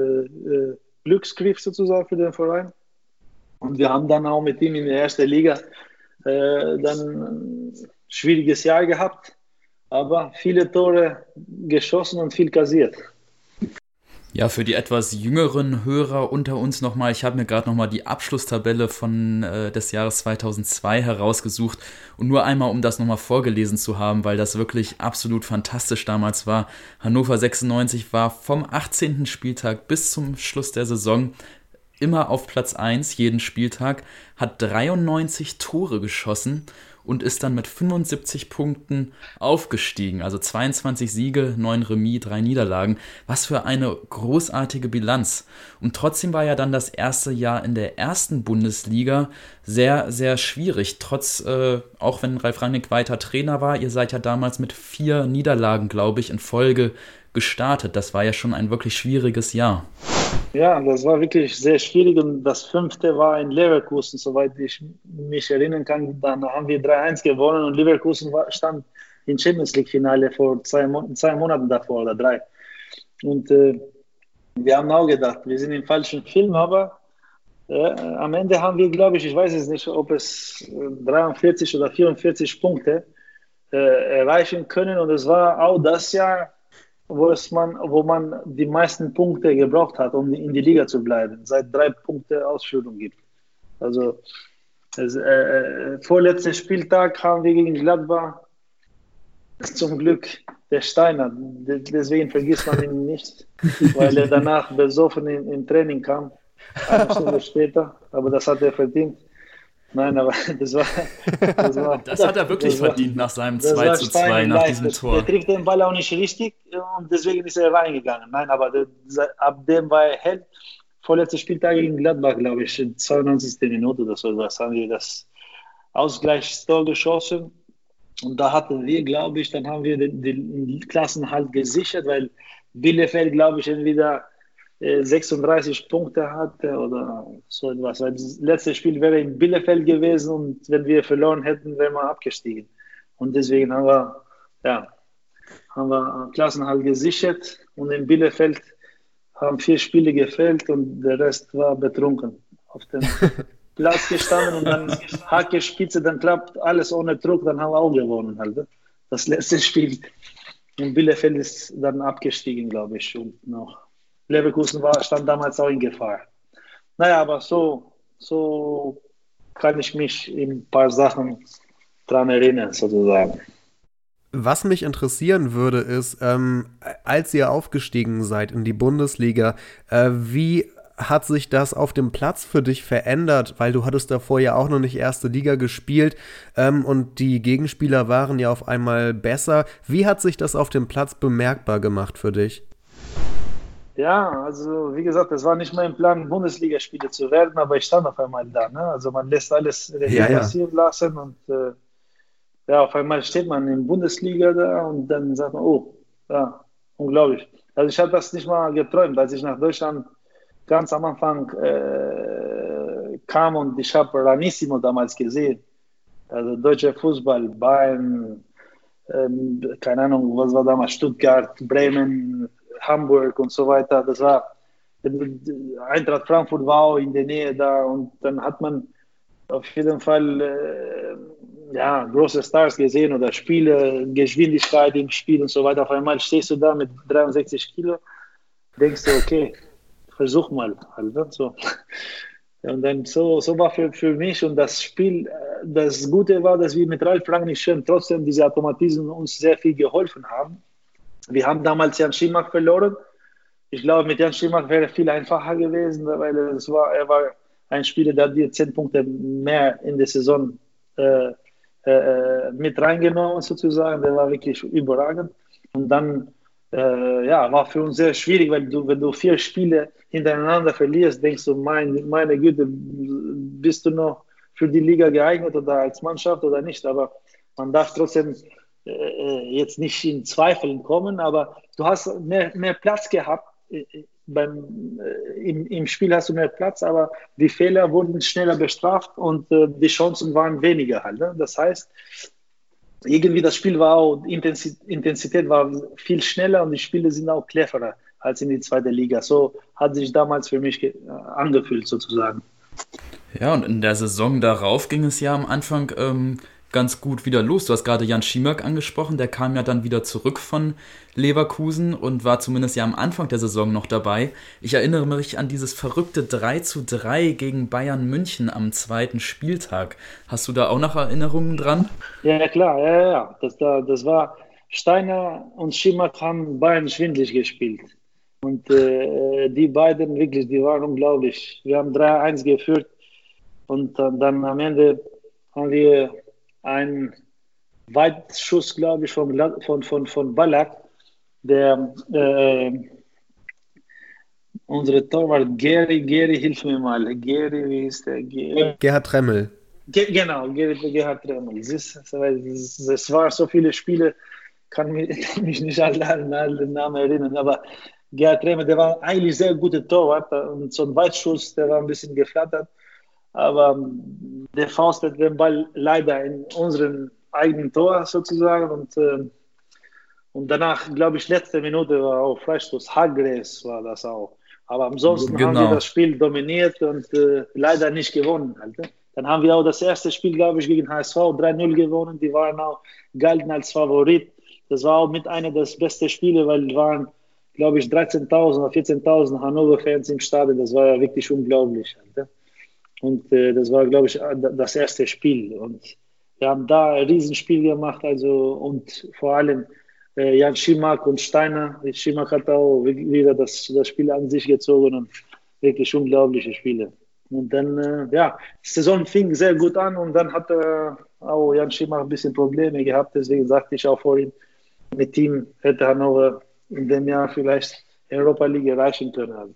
Glücksgriff sozusagen für den Verein. Und wir haben dann auch mit ihm in der ersten Liga dann ein schwieriges Jahr gehabt, aber viele Tore geschossen und viel kassiert. Ja, für die etwas jüngeren Hörer unter uns nochmal, ich habe mir gerade nochmal die Abschlusstabelle des Jahres 2002 herausgesucht und nur einmal, um das nochmal vorgelesen zu haben, weil das wirklich absolut fantastisch damals war. Hannover 96 war vom 18. Spieltag bis zum Schluss der Saison immer auf Platz 1, jeden Spieltag, hat 93 Tore geschossen und ist dann mit 75 Punkten aufgestiegen. Also 22 Siege, 9 Remis, 3 Niederlagen. Was für eine großartige Bilanz. Und trotzdem war ja dann das erste Jahr in der ersten Bundesliga sehr, sehr schwierig. Auch wenn Ralf Rangnick weiter Trainer war, ihr seid ja damals mit 4 Niederlagen, glaube ich, in Folge gestartet. Das war ja schon ein wirklich schwieriges Jahr. Ja, das war wirklich sehr schwierig und das 5. war in Leverkusen, soweit ich mich erinnern kann. Dann haben wir 3-1 gewonnen und Leverkusen stand im Champions League-Finale vor 2 Monaten davor oder 3. Und wir haben auch gedacht, wir sind im falschen Film, aber am Ende haben wir, glaube ich weiß es nicht, ob es 43 oder 44 Punkte erreichen können und es war auch das Jahr, wo man die meisten Punkte gebraucht hat, um in die Liga zu bleiben, seit 3 Punkte Ausführung gibt. Also vorletzten Spieltag haben wir gegen Gladbach zum Glück der Steiner, deswegen vergisst man ihn nicht, weil er danach besoffen im Training kam, eine Stunde später, aber das hat er verdient. Nein, aber das hat er wirklich verdient nach seinem 2:2, nach diesem Tor. Der trifft den Ball auch nicht richtig und deswegen ist er reingegangen. Nein, aber ab dem war er hell. Vorletzte Spieltag gegen Gladbach, glaube ich, in 92. Minute oder so, das haben wir das Ausgleichstor geschossen. Und da hatten wir, glaube ich, dann haben wir den Klassenhalt gesichert, weil Bielefeld, glaube ich, entweder 36 Punkte hatte oder so etwas. Weil das letzte Spiel wäre in Bielefeld gewesen und wenn wir verloren hätten, wären wir abgestiegen. Und deswegen haben wir Klassenhalt gesichert und in Bielefeld haben 4 Spiele gefehlt und der Rest war betrunken. Auf dem Platz gestanden und dann Hacke, Spitze, dann klappt alles ohne Druck, dann haben wir auch gewonnen. Halt. Das letzte Spiel in Bielefeld ist dann abgestiegen, glaube ich, und noch Leverkusen stand damals auch in Gefahr. Naja, aber so kann ich mich in ein paar Sachen dran erinnern, sozusagen. Was mich interessieren würde, ist, als ihr aufgestiegen seid in die Bundesliga, wie hat sich das auf dem Platz für dich verändert? Weil du hattest davor ja auch noch nicht erste Liga gespielt und die Gegenspieler waren ja auf einmal besser. Wie hat sich das auf dem Platz bemerkbar gemacht für dich? Ja, also wie gesagt, es war nicht mein Plan, Bundesligaspieler zu werden, aber ich stand auf einmal da. Ne? Also man lässt alles passieren lassen und auf einmal steht man in der Bundesliga da und dann sagt man, oh, ja, unglaublich. Also ich habe das nicht mal geträumt, als ich nach Deutschland ganz am Anfang kam und ich habe Ranissimo damals gesehen. Also deutscher Fußball, Bayern, keine Ahnung, was war damals, Stuttgart, Bremen, Hamburg und so weiter. Das war, Eintracht Frankfurt war auch in der Nähe da und dann hat man auf jeden Fall große Stars gesehen oder Spiele, Geschwindigkeit im Spiel und so weiter. Auf einmal stehst du da mit 63 Kilo, denkst du, okay, versuch mal. Halt, ne? So. Und dann so war für mich und das Spiel, das Gute war, dass wir mit Ralf Rangnick schon trotzdem diese Automatismen uns sehr viel geholfen haben. Wir haben damals Jan Simak verloren. Ich glaube, mit Jan Simak wäre es viel einfacher gewesen, weil er war ein Spieler, der hat dir 10 Punkte mehr in der Saison mit reingenommen, sozusagen. Der war wirklich überragend. Und dann war für uns sehr schwierig, weil wenn du 4 Spiele hintereinander verlierst, denkst du, meine Güte, bist du noch für die Liga geeignet oder als Mannschaft oder nicht? Aber man darf trotzdem jetzt nicht in Zweifeln kommen, aber du hast mehr Platz gehabt. Im Spiel hast du mehr Platz, aber die Fehler wurden schneller bestraft und die Chancen waren weniger halt. Ne? Das heißt, irgendwie das Spiel war auch, Intensität war viel schneller und die Spiele sind auch cleverer als in die zweite Liga. So hat sich damals für mich angefühlt sozusagen. Ja, und in der Saison darauf ging es ja am Anfang ganz gut wieder los. Du hast gerade Jan Simak angesprochen, der kam ja dann wieder zurück von Leverkusen und war zumindest ja am Anfang der Saison noch dabei. Ich erinnere mich an dieses verrückte 3:3 gegen Bayern München am 2. Spieltag. Hast du da auch noch Erinnerungen dran? Ja, klar, ja. Das war, Steiner und Simak haben Bayern schwindelig gespielt. Und die beiden wirklich, die waren unglaublich. Wir haben 3-1 geführt und dann am Ende haben wir einen Weitschuss, glaube ich, von Ballack, der unsere Torwart Geri, hilf mir mal. Wie hieß der? Gerhard Tremmel. Genau, Gerhard Tremmel. Das war so viele Spiele, kann mich nicht an den Namen erinnern, aber Gerhard Tremmel, der war eigentlich sehr guter Torwart und so ein Weitschuss, der war ein bisschen geflattert. Aber der Faust hat den Ball leider in unserem eigenen Tor sozusagen und danach, glaube ich, letzte Minute war auch Freistoß. Hagres war das auch. Aber ansonsten haben wir das Spiel dominiert und leider nicht gewonnen. Halt. Dann haben wir auch das erste Spiel, glaube ich, gegen HSV 3-0 gewonnen. Die waren auch galten als Favorit. Das war auch mit einer der besten Spiele, weil es waren, glaube ich, 13.000 oder 14.000 Hannover-Fans im Stadion. Das war ja wirklich unglaublich. Halt. Und das war, glaube ich, das erste Spiel. Und wir haben da ein Riesenspiel gemacht. Also, und vor allem Jan Simak und Steiner. Simak hat auch wieder das Spiel an sich gezogen und wirklich unglaubliche Spiele. Und dann, die Saison fing sehr gut an und dann hat auch Jan Simak ein bisschen Probleme gehabt. Deswegen sagte ich auch vorhin, mit ihm hätte Hannover in dem Jahr vielleicht Europa League erreichen können.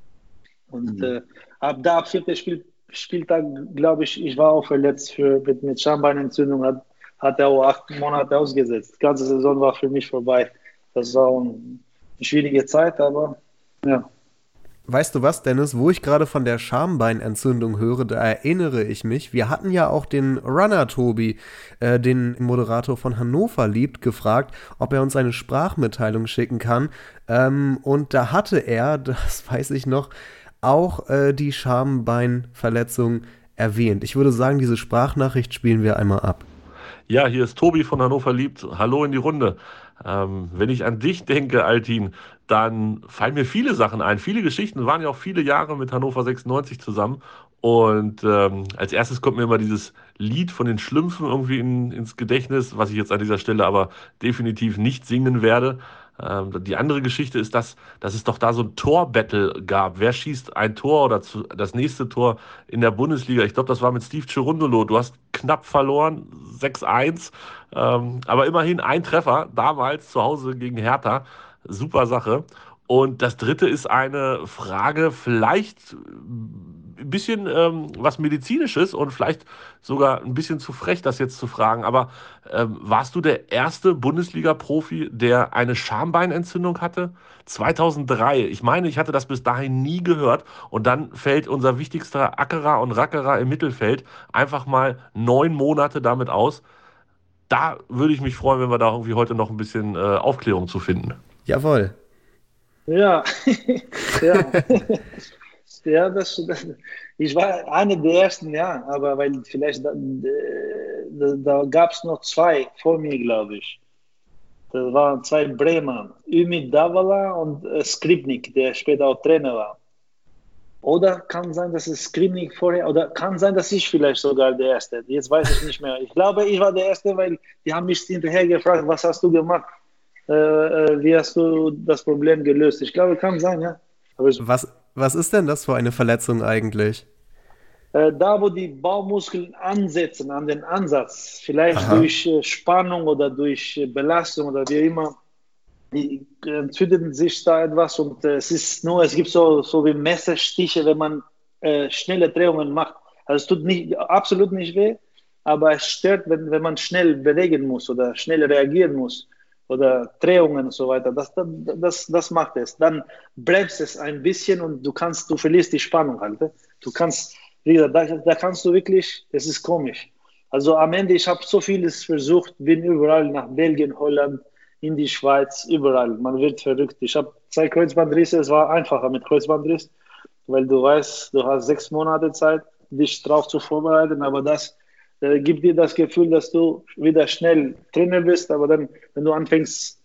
Und ab 4. Spieltag, glaube ich war auch verletzt mit Schambeinentzündung, hat er auch 8 Monate ausgesetzt. Die ganze Saison war für mich vorbei. Das war eine schwierige Zeit, aber ja. Weißt du was, Dennis, wo ich gerade von der Schambeinentzündung höre, da erinnere ich mich, wir hatten ja auch den Runner Tobi, den Moderator von Hannover liebt, gefragt, ob er uns eine Sprachmitteilung schicken kann. Und da hatte er, das weiß ich noch, auch die Schambeinverletzung erwähnt. Ich würde sagen, diese Sprachnachricht spielen wir einmal ab. Ja, hier ist Tobi von Hannover liebt. Hallo in die Runde. Wenn ich an dich denke, Altin, dann fallen mir viele Sachen ein. Viele Geschichten, waren ja auch viele Jahre mit Hannover 96 zusammen. Und als erstes kommt mir immer dieses Lied von den Schlümpfen irgendwie ins Gedächtnis, was ich jetzt an dieser Stelle aber definitiv nicht singen werde. Die andere Geschichte ist, dass es doch da so ein Tor-Battle gab. Wer schießt ein Tor oder das nächste Tor in der Bundesliga? Ich glaube, das war mit Steve Cherundolo. Du hast knapp verloren, 6-1. Aber immerhin ein Treffer, damals zu Hause gegen Hertha. Super Sache. Und das dritte ist eine Frage, vielleicht ein bisschen was Medizinisches und vielleicht sogar ein bisschen zu frech, das jetzt zu fragen. Aber warst du der erste Bundesliga-Profi, der eine Schambeinentzündung hatte? 2003. Ich meine, ich hatte das bis dahin nie gehört. Und dann fällt unser wichtigster Ackerer und Rackerer im Mittelfeld einfach mal 9 Monate damit aus. Da würde ich mich freuen, wenn wir da irgendwie heute noch ein bisschen Aufklärung zu finden. Jawohl. Ja, ja, ich war einer der ersten, ja, aber weil vielleicht da gab es noch 2 vor mir, glaube ich. Das waren 2 Bremer, Ümit Davala und Skripnik, der später auch Trainer war. Oder kann sein, dass es Skripnik vorher, oder kann sein, dass ich vielleicht sogar der Erste. Jetzt weiß ich nicht mehr. Ich glaube, ich war der Erste, weil die haben mich hinterher gefragt, was hast du gemacht? Wie hast du das Problem gelöst? Ich glaube, kann sein, ja. Was ist denn das für eine Verletzung eigentlich? Da, wo die Bauchmuskeln ansetzen, an den Ansatz, vielleicht durch Spannung oder durch Belastung oder wie immer, die entzündet sich da etwas und es gibt so wie Messerstiche, wenn man schnelle Drehungen macht. Also es tut absolut nicht weh, aber es stört, wenn man schnell bewegen muss oder schnell reagieren muss oder Drehungen und so weiter. Das macht es. Dann bremst es ein bisschen und du verlierst die Spannung halt. Du kannst, wie gesagt, da kannst du wirklich, es ist komisch. Also am Ende, ich habe so vieles versucht, bin überall nach Belgien, Holland, in die Schweiz, überall. Man wird verrückt. Ich habe 2 Kreuzbandrisse, es war einfacher mit Kreuzbandriss, weil du weißt, du hast 6 Monate Zeit, dich drauf zu vorbereiten, aber das gibt dir das Gefühl, dass du wieder schnell Trainer bist, aber dann, wenn du anfängst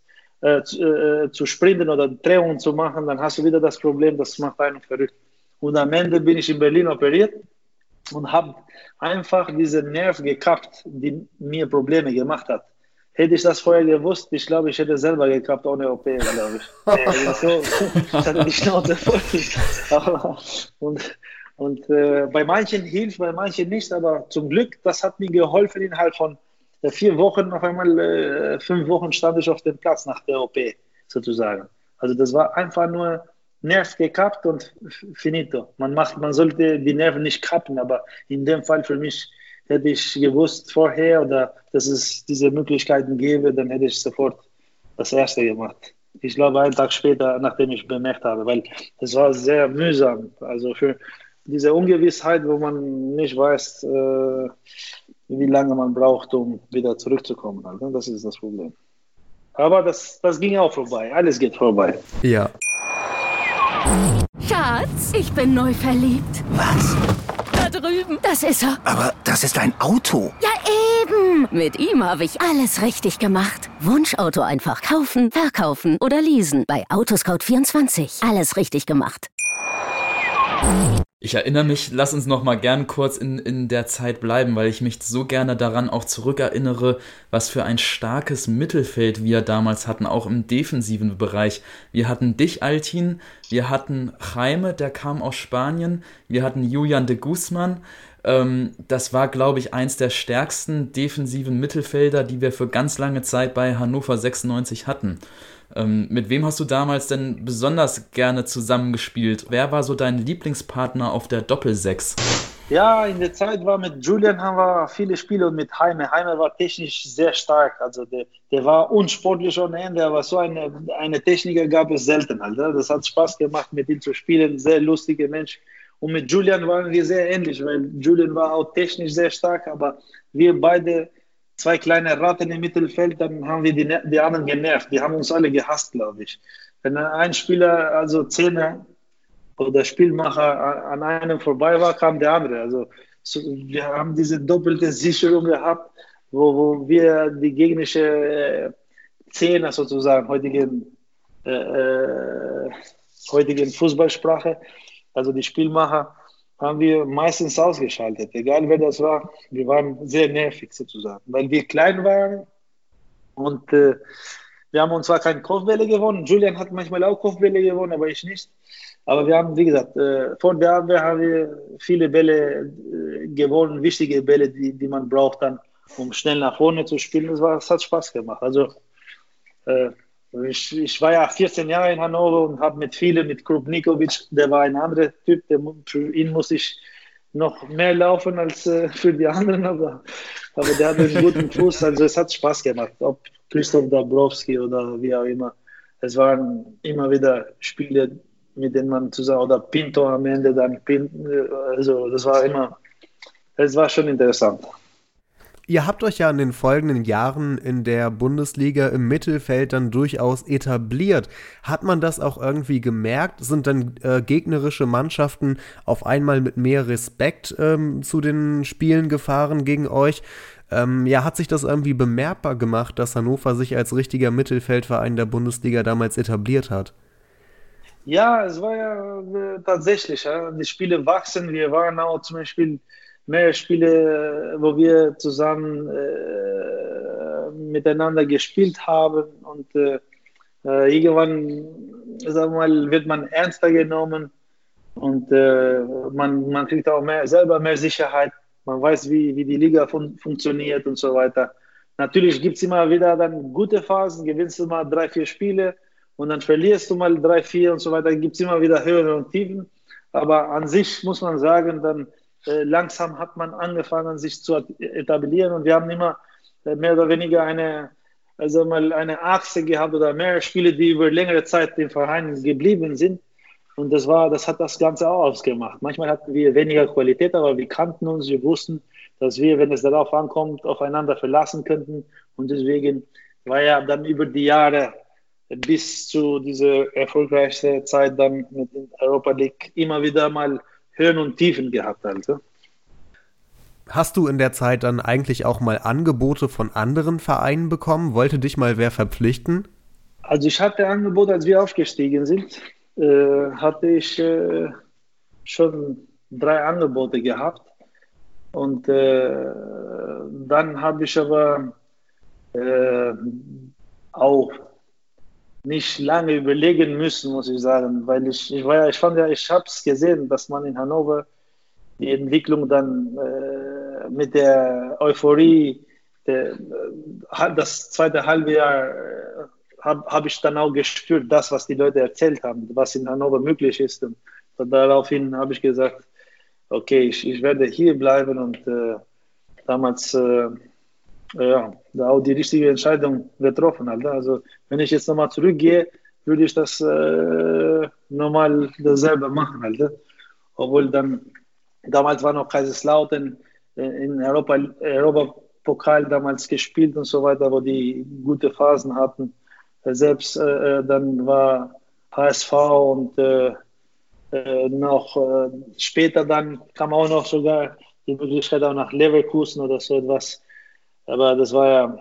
zu sprinten oder Drehungen zu machen, dann hast du wieder das Problem, das macht einen verrückt. Und am Ende bin ich in Berlin operiert und habe einfach diesen Nerv gekappt, die mir Probleme gemacht hat. Hätte ich das vorher gewusst, ich glaube, ich hätte selber gekappt ohne OP, glaube ich. Ich hatte die Schnauze voll. Und bei manchen hilft, bei manchen nicht, aber zum Glück, das hat mir geholfen innerhalb von 4 Wochen. Auf einmal 5 Wochen stand ich auf dem Platz nach der OP, sozusagen. Also das war einfach nur Nerv gekappt und finito. Man sollte die Nerven nicht kappen, aber in dem Fall für mich hätte ich gewusst vorher oder dass es diese Möglichkeiten gäbe, dann hätte ich sofort das Erste gemacht. Ich glaube, einen Tag später, nachdem ich bemerkt habe, weil es war sehr mühsam. Also für diese Ungewissheit, wo man nicht weiß, wie lange man braucht, um wieder zurückzukommen. Also das ist das Problem. Aber das ging auch vorbei. Alles geht vorbei. Ja. Schatz, ich bin neu verliebt. Was? Da drüben. Das ist er. Aber das ist ein Auto. Ja, eben. Mit ihm habe ich alles richtig gemacht. Wunschauto einfach kaufen, verkaufen oder leasen. Bei Autoscout24. Alles richtig gemacht. Ich erinnere mich, lass uns noch mal gern kurz in der Zeit bleiben, weil ich mich so gerne daran auch zurückerinnere, was für ein starkes Mittelfeld wir damals hatten, auch im defensiven Bereich. Wir hatten dich, Altin, wir hatten Jaime, der kam aus Spanien, wir hatten Julian de Guzman. Das war, glaube ich, eins der stärksten defensiven Mittelfelder, die wir für ganz lange Zeit bei Hannover 96 hatten. Mit wem hast du damals denn besonders gerne zusammengespielt? Wer war so dein Lieblingspartner auf der Doppel-6? Ja, in der Zeit war mit Julian haben wir viele Spiele und mit Jaime. Jaime war technisch sehr stark. Also der war unsportlich ohne Ende, aber so eine Techniker gab es selten. Also das hat Spaß gemacht, mit ihm zu spielen. Sehr lustiger Mensch. Und mit Julian waren wir sehr ähnlich, weil Julian war auch technisch sehr stark, aber wir beide 2 kleine Ratten im Mittelfeld, dann haben wir die anderen genervt. Die haben uns alle gehasst, glaube ich. Wenn ein Spieler, also Zehner oder Spielmacher an einem vorbei war, kam der andere. Also wir haben diese doppelte Sicherung gehabt, wo wir die gegnerische Zehner sozusagen, heutigen Fußballsprache, also die Spielmacher, haben wir meistens ausgeschaltet, egal wer das war. Wir waren sehr nervig sozusagen, weil wir klein waren und wir haben uns zwar keine Kopfbälle gewonnen, Julian hat manchmal auch Kopfbälle gewonnen, aber ich nicht. Aber wir haben, wie gesagt, vor der Abwehr haben wir viele Bälle gewonnen, wichtige Bälle, die man braucht dann, um schnell nach vorne zu spielen. Das hat Spaß gemacht. Also ich war ja 14 Jahre in Hannover und habe mit Krupnikovic, der war ein anderer Typ, für ihn muss ich noch mehr laufen als für die anderen, aber der hat einen guten Fuß, also es hat Spaß gemacht, ob Christoph Dabrowski oder wie auch immer. Es waren immer wieder Spiele, mit denen man zusammen, oder Pinto am Ende, also es war schon interessant. Ihr habt euch ja in den folgenden Jahren in der Bundesliga im Mittelfeld dann durchaus etabliert. Hat man das auch irgendwie gemerkt? Sind dann gegnerische Mannschaften auf einmal mit mehr Respekt zu den Spielen gefahren gegen euch? Ja, hat sich das irgendwie bemerkbar gemacht, dass Hannover sich als richtiger Mittelfeldverein der Bundesliga damals etabliert hat? Ja, es war ja tatsächlich, ja. Die Spiele wachsen. Wir waren auch zum Beispiel mehr Spiele, wo wir zusammen miteinander gespielt haben und irgendwann, sagen wir mal, wird man ernster genommen und man kriegt auch selber mehr Sicherheit. Man weiß, wie die Liga funktioniert und so weiter. Natürlich gibt es immer wieder dann gute Phasen, gewinnst du mal 3, 4 Spiele und dann verlierst du mal 3, 4 und so weiter. Gibt es immer wieder Höhen und Tiefen. Aber an sich muss man sagen, dann langsam hat man angefangen, sich zu etablieren und wir haben immer mehr oder weniger eine Achse gehabt oder mehrere Spiele, die über längere Zeit im Verein geblieben sind. Und das hat das Ganze auch ausgemacht. Manchmal hatten wir weniger Qualität, aber wir kannten uns, wir wussten, dass wir, wenn es darauf ankommt, aufeinander verlassen könnten. Und deswegen war ja dann über die Jahre bis zu dieser erfolgreichen Zeit dann mit der Europa League immer wieder mal Höhen und Tiefen gehabt. Also. Hast du in der Zeit dann eigentlich auch mal Angebote von anderen Vereinen bekommen? Wollte dich mal wer verpflichten? Also ich hatte Angebote, als wir aufgestiegen sind, hatte ich schon 3 Angebote gehabt. Und dann habe ich aber auch nicht lange überlegen müssen, muss ich sagen, weil ich habe es gesehen, dass man in Hannover die Entwicklung dann mit der Euphorie, das zweite Halbjahr habe ich dann auch gespürt, das, was die Leute erzählt haben, was in Hannover möglich ist. Und daraufhin habe ich gesagt, okay, ich werde hier bleiben und damals auch die richtige Entscheidung getroffen. Also wenn ich jetzt nochmal zurückgehe, würde ich das nochmal dasselbe machen. Obwohl damals war noch Kaiserslautern in Europapokal damals gespielt und so weiter, wo die gute Phasen hatten. Selbst dann war HSV und noch später dann kam auch noch sogar die Möglichkeit auch nach Leverkusen oder so etwas. Aber das war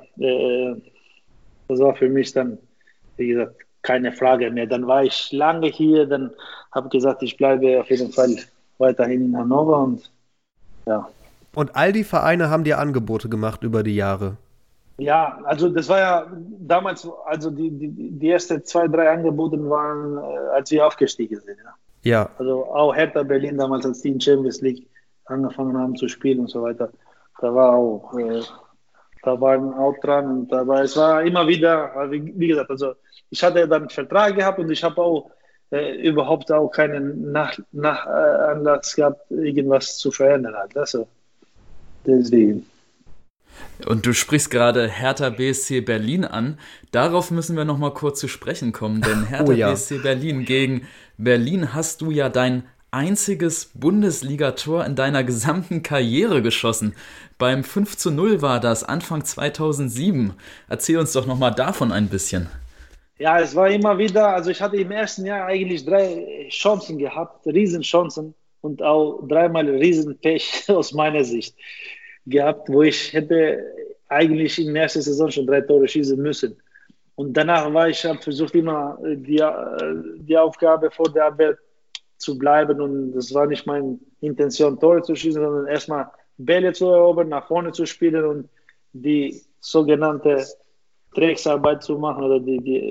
für mich dann, wie gesagt, keine Frage mehr. Dann war ich lange hier, dann habe ich gesagt, ich bleibe auf jeden Fall weiterhin in Hannover und ja. Und all die Vereine haben dir Angebote gemacht über die Jahre? Ja, also das war ja damals, also die ersten 2, 3 Angebote waren, als wir aufgestiegen sind. Ja. Also auch Hertha Berlin damals, als die in Champions League angefangen haben zu spielen und so weiter. Da waren auch dran. Aber es war immer wieder, wie gesagt, also ich hatte dann einen Vertrag gehabt und ich habe auch überhaupt auch keinen Anlass gehabt, irgendwas zu verändern. Also deswegen. Und du sprichst gerade Hertha BSC Berlin an. Darauf müssen wir noch mal kurz zu sprechen kommen, denn Hertha BSC Berlin gegen Berlin hast du ja dein einziges Bundesligator in deiner gesamten Karriere geschossen. Beim 5:0 war das Anfang 2007. Erzähl uns doch noch mal davon ein bisschen. Ja, es war immer wieder, also ich hatte im ersten Jahr eigentlich 3 Chancen gehabt, Riesenchancen und auch 3-mal Riesenpech aus meiner Sicht gehabt, wo ich hätte eigentlich in der ersten Saison schon 3 Tore schießen müssen. Und danach habe versucht immer die Aufgabe vor der Abwehr zu bleiben und das war nicht meine Intention, Tore zu schießen, sondern erstmal Bälle zu erobern, nach vorne zu spielen und die sogenannte Drecksarbeit zu machen oder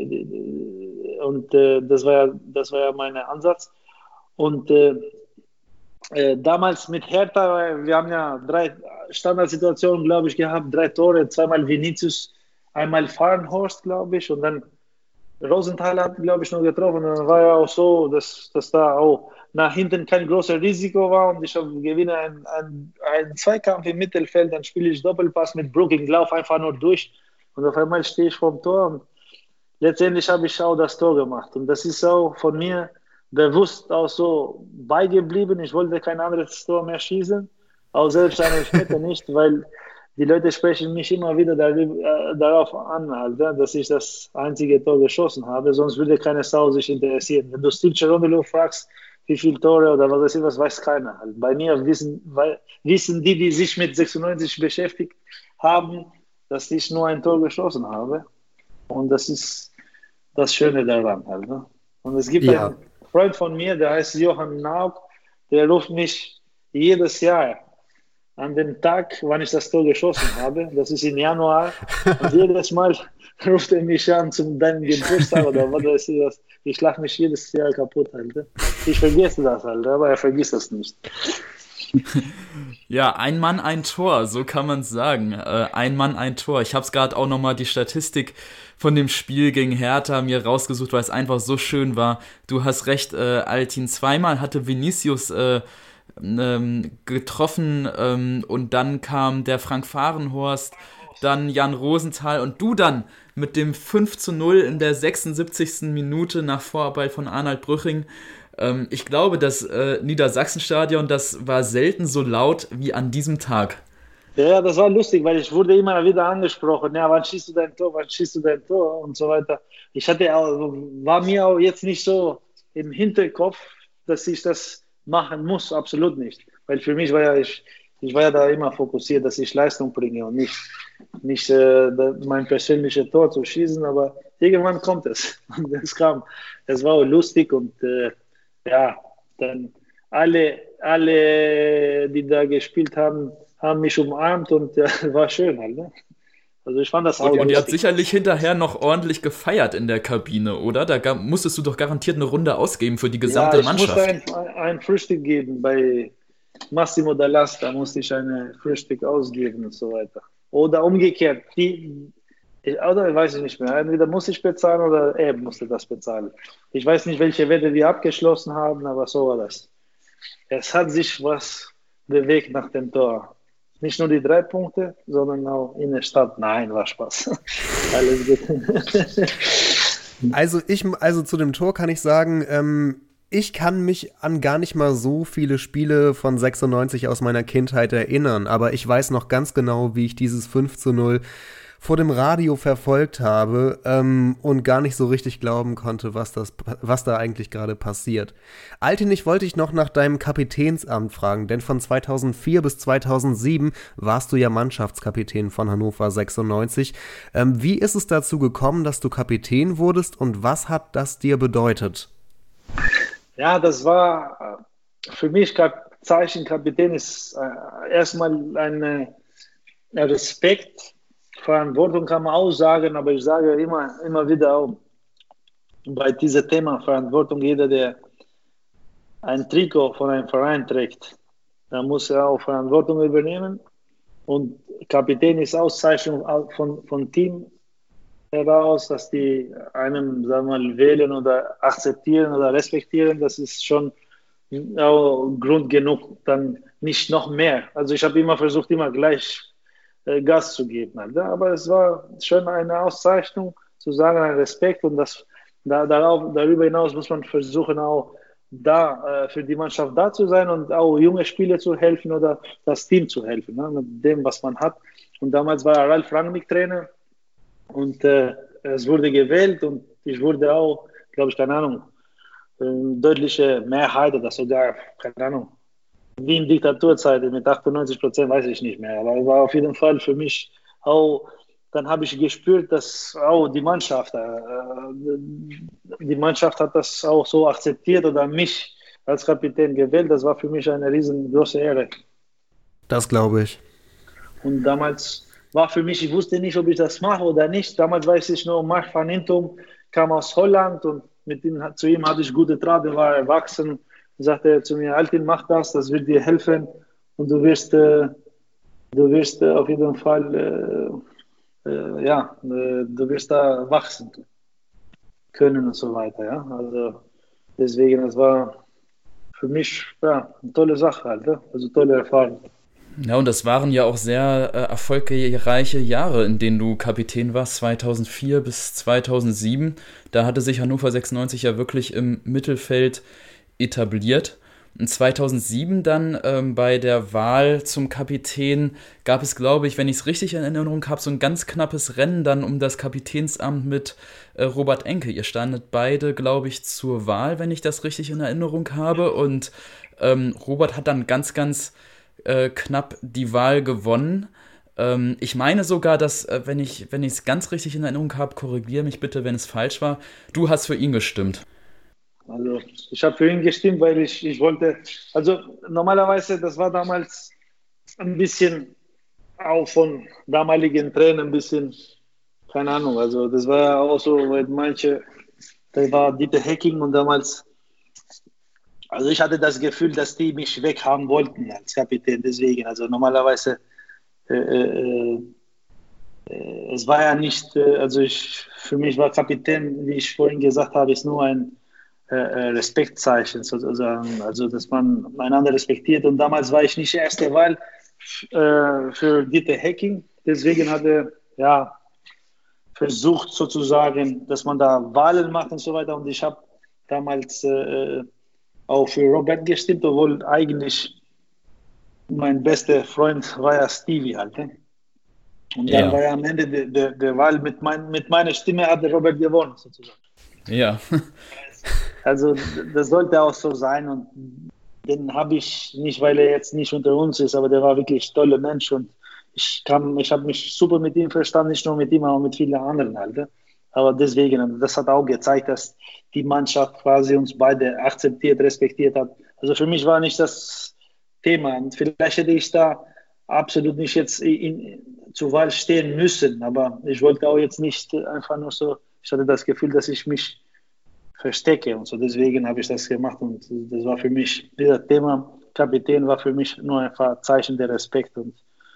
das war ja mein Ansatz. Und damals mit Hertha, wir haben ja 3 Standardsituationen, glaube ich, gehabt, 3 Tore, 2-mal Vinicius, einmal Fahrenhorst, glaube ich, und dann Rosenthal hat, glaube ich, noch getroffen. Und dann war ja auch so, dass da auch nach hinten kein großes Risiko war und ich gewinne einen Zweikampf im Mittelfeld, dann spiele ich Doppelpass mit Brooking, laufe einfach nur durch und auf einmal stehe ich vorm Tor und letztendlich habe ich auch das Tor gemacht. Und das ist auch von mir bewusst auch so beigeblieben. Ich wollte kein anderes Tor mehr schießen, auch selbst eine Elfmeter nicht, weil die Leute sprechen mich immer wieder darauf an, dass ich das einzige Tor geschossen habe, sonst würde keine Sau sich interessieren. Wenn du Steve Cherondolo fragst, wie viele Tore oder was weiß ich, was weiß keiner. Bei mir wissen die sich mit 96 beschäftigt, haben, dass ich nur ein Tor geschossen habe. Und das ist das Schöne daran halt. Ne? Und es gibt einen Freund von mir, der heißt Johann Nauk, der ruft mich jedes Jahr an den Tag, wann ich das Tor geschossen habe. Das ist im Januar. Und jedes Mal ruft er mich an zu deinem Geburtstag oder was weiß ich was. Ich lache mich jedes Jahr kaputt halt. Ich vergesse das halt, aber er vergisst das nicht. Ja, ein Mann, ein Tor, so kann man es sagen. Ein Mann, ein Tor. Ich habe es gerade auch nochmal die Statistik von dem Spiel gegen Hertha mir rausgesucht, weil es einfach so schön war. Du hast recht, Altin, zweimal hatte Vinicius getroffen und dann kam der Frank Fahrenhorst, dann Jan Rosenthal und du dann mit dem 5:0 in der 76. Minute nach Vorarbeit von Arnold Brüching. Ich glaube, das Niedersachsenstadion, das war selten so laut wie an diesem Tag. Ja, das war lustig, weil ich wurde immer wieder angesprochen, ja, wann schießt du dein Tor und so weiter. War mir auch jetzt nicht so im Hinterkopf, dass ich das machen muss, absolut nicht. Weil für mich war ich war ja da immer fokussiert, dass ich Leistung bringe und nicht mein persönliches Tor zu schießen, aber irgendwann kommt es. Und es kam. Es war auch lustig und dann alle, die da gespielt haben, haben mich umarmt und war schön halt, ne? Also ich fand das auch Und ihr habt sicherlich hinterher noch ordentlich gefeiert in der Kabine, oder? Da musstest du doch garantiert eine Runde ausgeben für die gesamte Mannschaft. Ich musste ein Frühstück geben bei Massimo Dall'Asta, musste ich ein Frühstück ausgeben und so weiter. Oder umgekehrt, oder weiß ich nicht mehr. Entweder muss ich bezahlen oder er musste das bezahlen. Ich weiß nicht, welche Wette wir abgeschlossen haben, aber so war das. Es hat sich was bewegt nach dem Tor. Nicht nur die 3 Punkte, sondern auch in der Stadt. Nein, war Spaß. Alles gut. Also zu dem Tor kann ich sagen, ich kann mich an gar nicht mal so viele Spiele von 96 aus meiner Kindheit erinnern, aber ich weiß noch ganz genau, wie ich dieses 5:0 vor dem Radio verfolgt habe und gar nicht so richtig glauben konnte, was da eigentlich gerade passiert. Altin, ich wollte dich noch nach deinem Kapitänsamt fragen, denn von 2004 bis 2007 warst du ja Mannschaftskapitän von Hannover 96. Wie ist es dazu gekommen, dass du Kapitän wurdest und was hat das dir bedeutet? Ja, das war für mich Kapitän ist erstmal ein Respekt. Verantwortung kann man auch sagen, aber ich sage immer wieder auch bei diesem Thema Verantwortung, jeder, der ein Trikot von einem Verein trägt, da muss er auch Verantwortung übernehmen. Und Kapitän ist Auszeichnung von Team heraus, dass die einem, sagen wir mal, wählen oder akzeptieren oder respektieren. Das ist schon auch Grund genug, dann nicht noch mehr. Also ich habe immer versucht, immer gleich Gas zu geben. Aber es war schon eine Auszeichnung, zu sagen, ein Respekt und darüber hinaus muss man versuchen, auch für die Mannschaft da zu sein und auch junge Spieler zu helfen oder das Team zu helfen, mit dem, was man hat. Und damals war Ralf Rangnick Trainer und es wurde gewählt und ich wurde auch, glaube ich, keine Ahnung, deutliche Mehrheit oder sogar, keine Ahnung, wie in Diktaturzeiten mit 98%, weiß ich nicht mehr. Aber es war auf jeden Fall für mich auch, dann habe ich gespürt, dass auch die Mannschaft hat das auch so akzeptiert oder mich als Kapitän gewählt. Das war für mich eine riesengroße Ehre. Das glaube ich. Und damals war für mich, ich wusste nicht, ob ich das mache oder nicht. Damals weiß ich nur, Mark van Intum kam aus Holland und zu ihm hatte ich gute Draht, er war erwachsen. Sagte er zu mir, Altin, mach das wird dir helfen und du wirst auf jeden Fall, du wirst da wachsen können und so weiter. Ja? Also deswegen, das war für mich eine tolle Sache, halt, also tolle Erfahrung. Ja, und das waren ja auch sehr erfolgreiche Jahre, in denen du Kapitän warst, 2004 bis 2007. Da hatte sich Hannover 96 ja wirklich im Mittelfeld etabliert. Und 2007 dann bei der Wahl zum Kapitän gab es, glaube ich, wenn ich es richtig in Erinnerung habe, so ein ganz knappes Rennen dann um das Kapitänsamt mit Robert Enke. Ihr standet beide, glaube ich, zur Wahl, wenn ich das richtig in Erinnerung habe. Und Robert hat dann ganz, ganz knapp die Wahl gewonnen. Ich meine sogar, dass, wenn ich es ganz richtig in Erinnerung habe, korrigiere mich bitte, wenn es falsch war, du hast für ihn gestimmt. Also ich habe für ihn gestimmt, weil ich wollte, also normalerweise, das war damals ein bisschen auch von damaligen Trainern ein bisschen, keine Ahnung, also das war auch so, weil manche, da war Dieter Hecking und damals, also ich hatte das Gefühl, dass die mich weghaben wollten als Kapitän, deswegen, also normalerweise, es war ja nicht, für mich war Kapitän, wie ich vorhin gesagt habe, ist nur ein Respektzeichen sozusagen, also dass man einander respektiert. Und damals war ich nicht erste Wahl für Dieter Hecking, deswegen hat er ja versucht sozusagen, dass man da Wahlen macht und so weiter. Und ich habe damals auch für Robert gestimmt, obwohl eigentlich mein bester Freund war ja Stevie halt. Ne? Und dann war ja am Ende der Wahl mit meiner Stimme hat der Robert gewonnen sozusagen. Ja. Also das sollte auch so sein und den habe ich nicht, weil er jetzt nicht unter uns ist, aber der war wirklich ein toller Mensch und ich habe mich super mit ihm verstanden, nicht nur mit ihm, aber mit vielen anderen halt. Aber deswegen, das hat auch gezeigt, dass die Mannschaft quasi uns beide akzeptiert, respektiert hat. Also für mich war nicht das Thema und vielleicht hätte ich da absolut nicht jetzt zur Wahl stehen müssen, aber ich wollte auch jetzt nicht einfach nur so, ich hatte das Gefühl, dass ich mich verstecke und so, deswegen habe ich das gemacht und das war für mich, dieser Thema Kapitän war für mich nur einfach Zeichen der Respekt und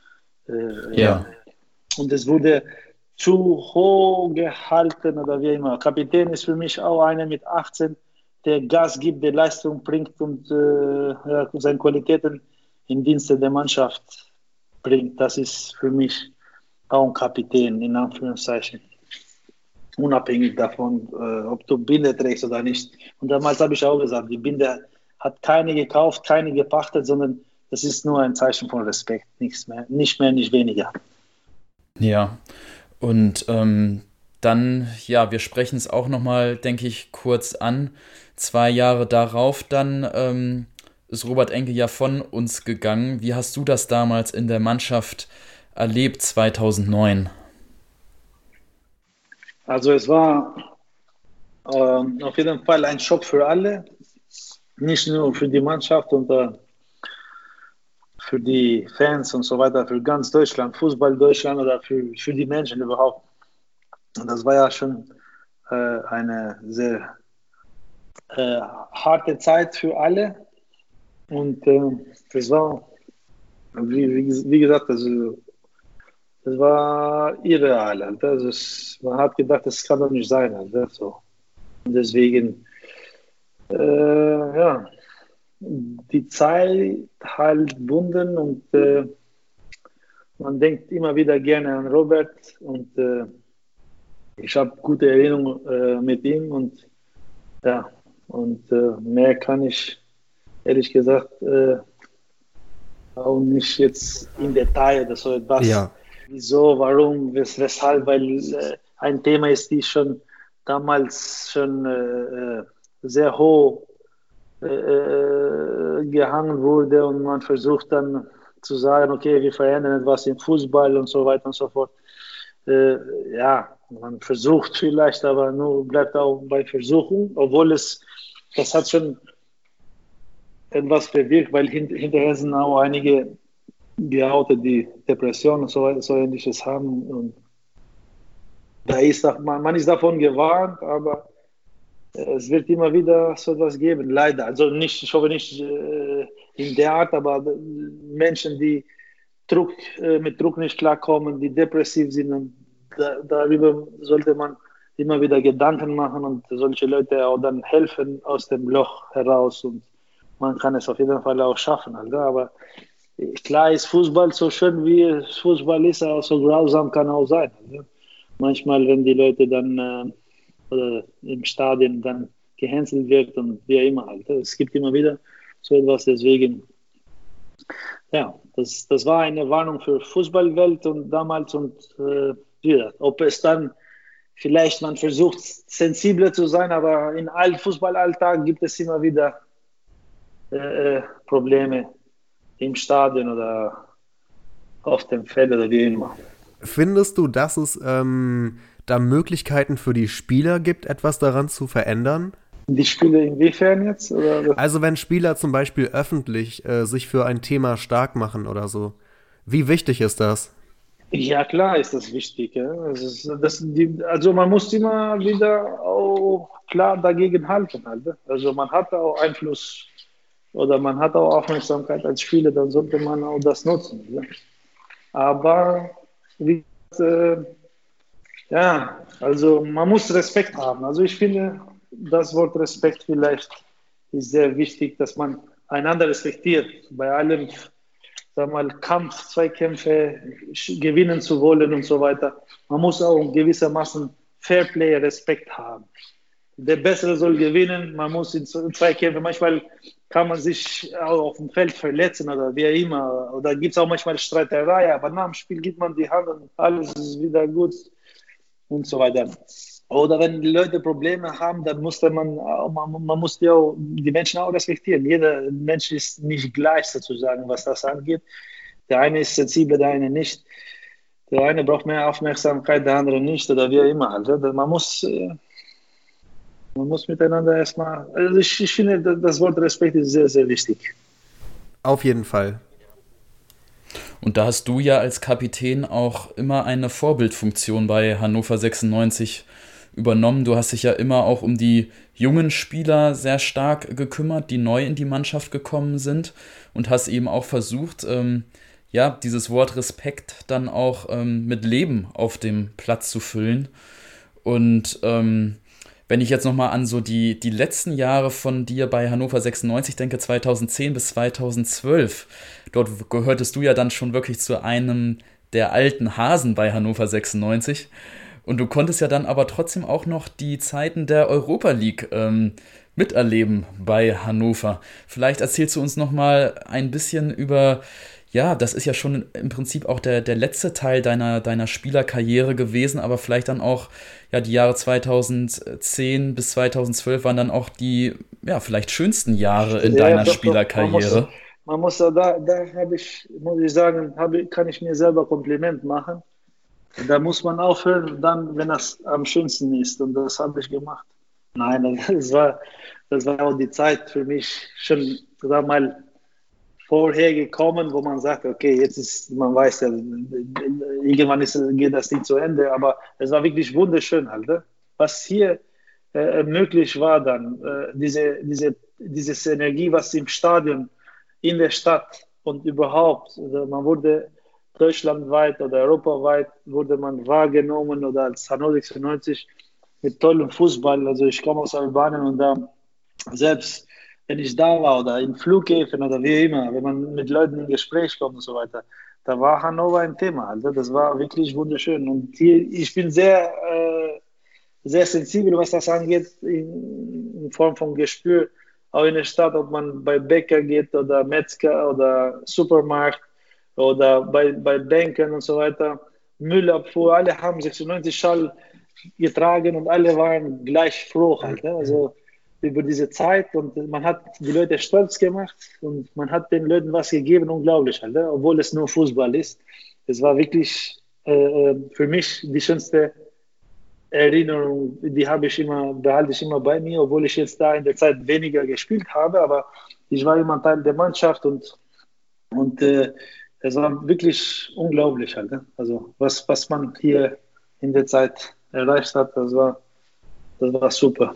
ja. Und es wurde zu hoch gehalten oder wie immer. Kapitän ist für mich auch einer mit 18, der Gas gibt, der Leistung bringt und seine Qualitäten im Dienste der Mannschaft bringt. Das ist für mich auch ein Kapitän, in Anführungszeichen. Unabhängig davon, ob du Binde trägst oder nicht. Und damals habe ich auch gesagt, die Binde hat keine gekauft, keine gepachtet, sondern das ist nur ein Zeichen von Respekt, nichts mehr, nicht mehr, nicht weniger. Ja, und dann, ja, wir sprechen es auch nochmal, denke ich, kurz an. 2 Jahre darauf dann ist Robert Enke ja von uns gegangen. Wie hast du das damals in der Mannschaft erlebt, 2009? Also es war auf jeden Fall ein Schock für alle, nicht nur für die Mannschaft und für die Fans und so weiter, für ganz Deutschland, Fußball Deutschland oder für die Menschen überhaupt. Und das war ja schon eine sehr harte Zeit für alle. Und das war, wie gesagt, also, das war irreal. Also man hat gedacht, das kann doch nicht sein. Also, so. Und deswegen, ja, die Zeit halt bunden und man denkt immer wieder gerne an Robert und ich habe gute Erinnerungen mit ihm und ja, und mehr kann ich ehrlich gesagt auch nicht jetzt im Detail oder so etwas. Ja. Wieso, warum, weshalb, weil ein Thema ist, die schon damals schon sehr hoch gehangen wurde und man versucht dann zu sagen, okay, wir verändern etwas im Fußball und so weiter und so fort. Ja, man versucht vielleicht, aber nur bleibt auch bei Versuchung, obwohl das hat schon etwas bewirkt, weil hinterher sind auch einige geoutet, die Depressionen und so Ähnliches haben. Und da ist man ist davon gewarnt, aber es wird immer wieder so etwas geben, leider. Also nicht, ich hoffe nicht in der Art, aber Menschen, die mit Druck nicht klarkommen, die depressiv sind, und darüber sollte man immer wieder Gedanken machen und solche Leute auch dann helfen aus dem Loch heraus und man kann es auf jeden Fall auch schaffen. Also. Aber klar ist Fußball so schön, wie Fußball ist, auch so grausam kann auch sein. Also. Manchmal, wenn die Leute dann oder im Stadion dann gehänselt wird und wie immer halt. Es gibt immer wieder so etwas, deswegen ja, das war eine Warnung für Fußballwelt und damals und wieder. Ob es dann vielleicht man versucht sensibler zu sein, aber in Fußballalltag gibt es immer wieder Probleme im Stadion oder auf dem Feld oder wie immer. Findest du, dass es da Möglichkeiten für die Spieler gibt, etwas daran zu verändern? Die Spieler inwiefern jetzt? Oder? Also wenn Spieler zum Beispiel öffentlich sich für ein Thema stark machen oder so. Wie wichtig ist das? Ja, klar ist das wichtig. Ja. Also man muss immer wieder auch klar dagegen halten. Halt. Also man hat auch Einfluss oder man hat auch Aufmerksamkeit als Spieler, dann sollte man auch das nutzen. Ja. Aber ja, also man muss Respekt haben. Also ich finde, das Wort Respekt vielleicht ist sehr wichtig, dass man einander respektiert. Bei allem, sag mal, Kampf, Zweikämpfe gewinnen zu wollen und so weiter. Man muss auch gewissermaßen Fairplay, Respekt haben. Der Bessere soll gewinnen, man muss in Zweikämpfe, manchmal kann man sich auch auf dem Feld verletzen oder wie immer. Oder gibt es auch manchmal Streiterei, aber nach dem Spiel gibt man die Hand und alles ist wieder gut und so weiter. Oder wenn die Leute Probleme haben, dann muss man muss die Menschen auch respektieren. Jeder Mensch ist nicht gleich sozusagen, was das angeht. Der eine ist sensibel, der eine nicht. Der eine braucht mehr Aufmerksamkeit, der andere nicht oder wie immer. Also man muss miteinander erstmal, also ich finde, das Wort Respekt ist sehr, sehr wichtig. Auf jeden Fall. Und da hast du ja als Kapitän auch immer eine Vorbildfunktion bei Hannover 96 übernommen. Du hast dich ja immer auch um die jungen Spieler sehr stark gekümmert, die neu in die Mannschaft gekommen sind und hast eben auch versucht, dieses Wort Respekt dann auch mit Leben auf dem Platz zu füllen. Und wenn ich jetzt nochmal an so die letzten Jahre von dir bei Hannover 96 denke, 2010 bis 2012, dort gehörtest du ja dann schon wirklich zu einem der alten Hasen bei Hannover 96. Und du konntest ja dann aber trotzdem auch noch die Zeiten der Europa League miterleben bei Hannover. Vielleicht erzählst du uns nochmal ein bisschen über, das ist ja schon im Prinzip auch der letzte Teil deiner Spielerkarriere gewesen, aber vielleicht dann auch, die Jahre 2010 bis 2012 waren dann auch die, vielleicht schönsten Jahre in deiner Spielerkarriere. Man muss muss ich sagen, kann ich mir selber Kompliment machen. Da muss man aufhören, dann, wenn das am schönsten ist. Und das habe ich gemacht. Nein, das war auch die Zeit für mich schon, sag mal, vorher gekommen, wo man sagt, okay, jetzt ist, man weiß ja, irgendwann geht das nicht zu Ende, aber es war wirklich wunderschön halt. Was hier möglich war dann, diese Energie, was im Stadion, in der Stadt und überhaupt, also man wurde deutschlandweit oder europaweit wurde man wahrgenommen oder als Hannover 96 mit tollem Fußball. Also ich komme aus Albanien und da selbst, wenn ich da war oder in Flughäfen oder wie immer, wenn man mit Leuten in Gespräch kommt und so weiter, da war Hannover ein Thema. Also das war wirklich wunderschön. Und hier, ich bin sehr, sehr sensibel, was das angeht, in Form von Gespür, auch in der Stadt, ob man bei Bäcker geht oder Metzger oder Supermarkt, oder bei Banken und so weiter, Müllabfuhr, alle haben 96 Schall getragen und alle waren gleich froh halt, also über diese Zeit und man hat die Leute stolz gemacht und man hat den Leuten was gegeben, unglaublich halt, obwohl es nur Fußball ist. Es war wirklich für mich die schönste Erinnerung, die behalte ich immer bei mir, obwohl ich jetzt da in der Zeit weniger gespielt habe, aber ich war immer Teil der Mannschaft und es war wirklich unglaublich halt. Also was man hier in der Zeit erreicht hat, das war super.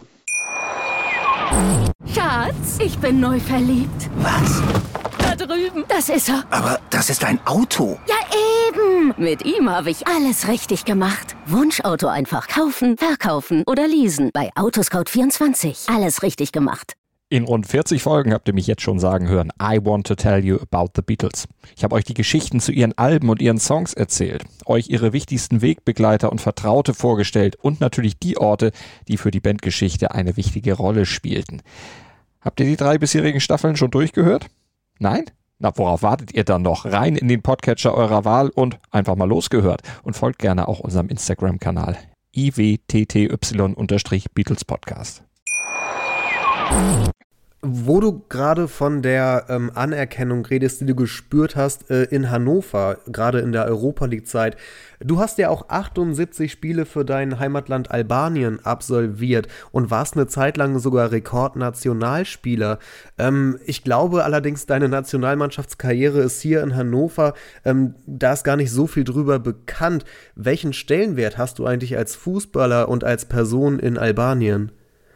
Schatz, ich bin neu verliebt. Was? Da drüben. Das ist er. Aber das ist ein Auto. Ja eben. Mit ihm habe ich alles richtig gemacht. Wunschauto einfach kaufen, verkaufen oder leasen. Bei Autoscout24. Alles richtig gemacht. In rund 40 Folgen habt ihr mich jetzt schon sagen hören, I want to tell you about the Beatles. Ich habe euch die Geschichten zu ihren Alben und ihren Songs erzählt, euch ihre wichtigsten Wegbegleiter und Vertraute vorgestellt und natürlich die Orte, die für die Bandgeschichte eine wichtige Rolle spielten. Habt ihr die 3 bisherigen Staffeln schon durchgehört? Nein? Na, worauf wartet ihr dann noch? Rein in den Podcatcher eurer Wahl und einfach mal losgehört. Und folgt gerne auch unserem Instagram-Kanal IWTTY_Beatles Podcast. Wo du gerade von der Anerkennung redest, die du gespürt hast in Hannover, gerade in der Europa League-Zeit. Du hast ja auch 78 Spiele für dein Heimatland Albanien absolviert und warst eine Zeit lang sogar Rekordnationalspieler. Ich glaube allerdings, deine Nationalmannschaftskarriere ist hier in Hannover, da ist gar nicht so viel drüber bekannt. Welchen Stellenwert hast du eigentlich als Fußballer und als Person in Albanien?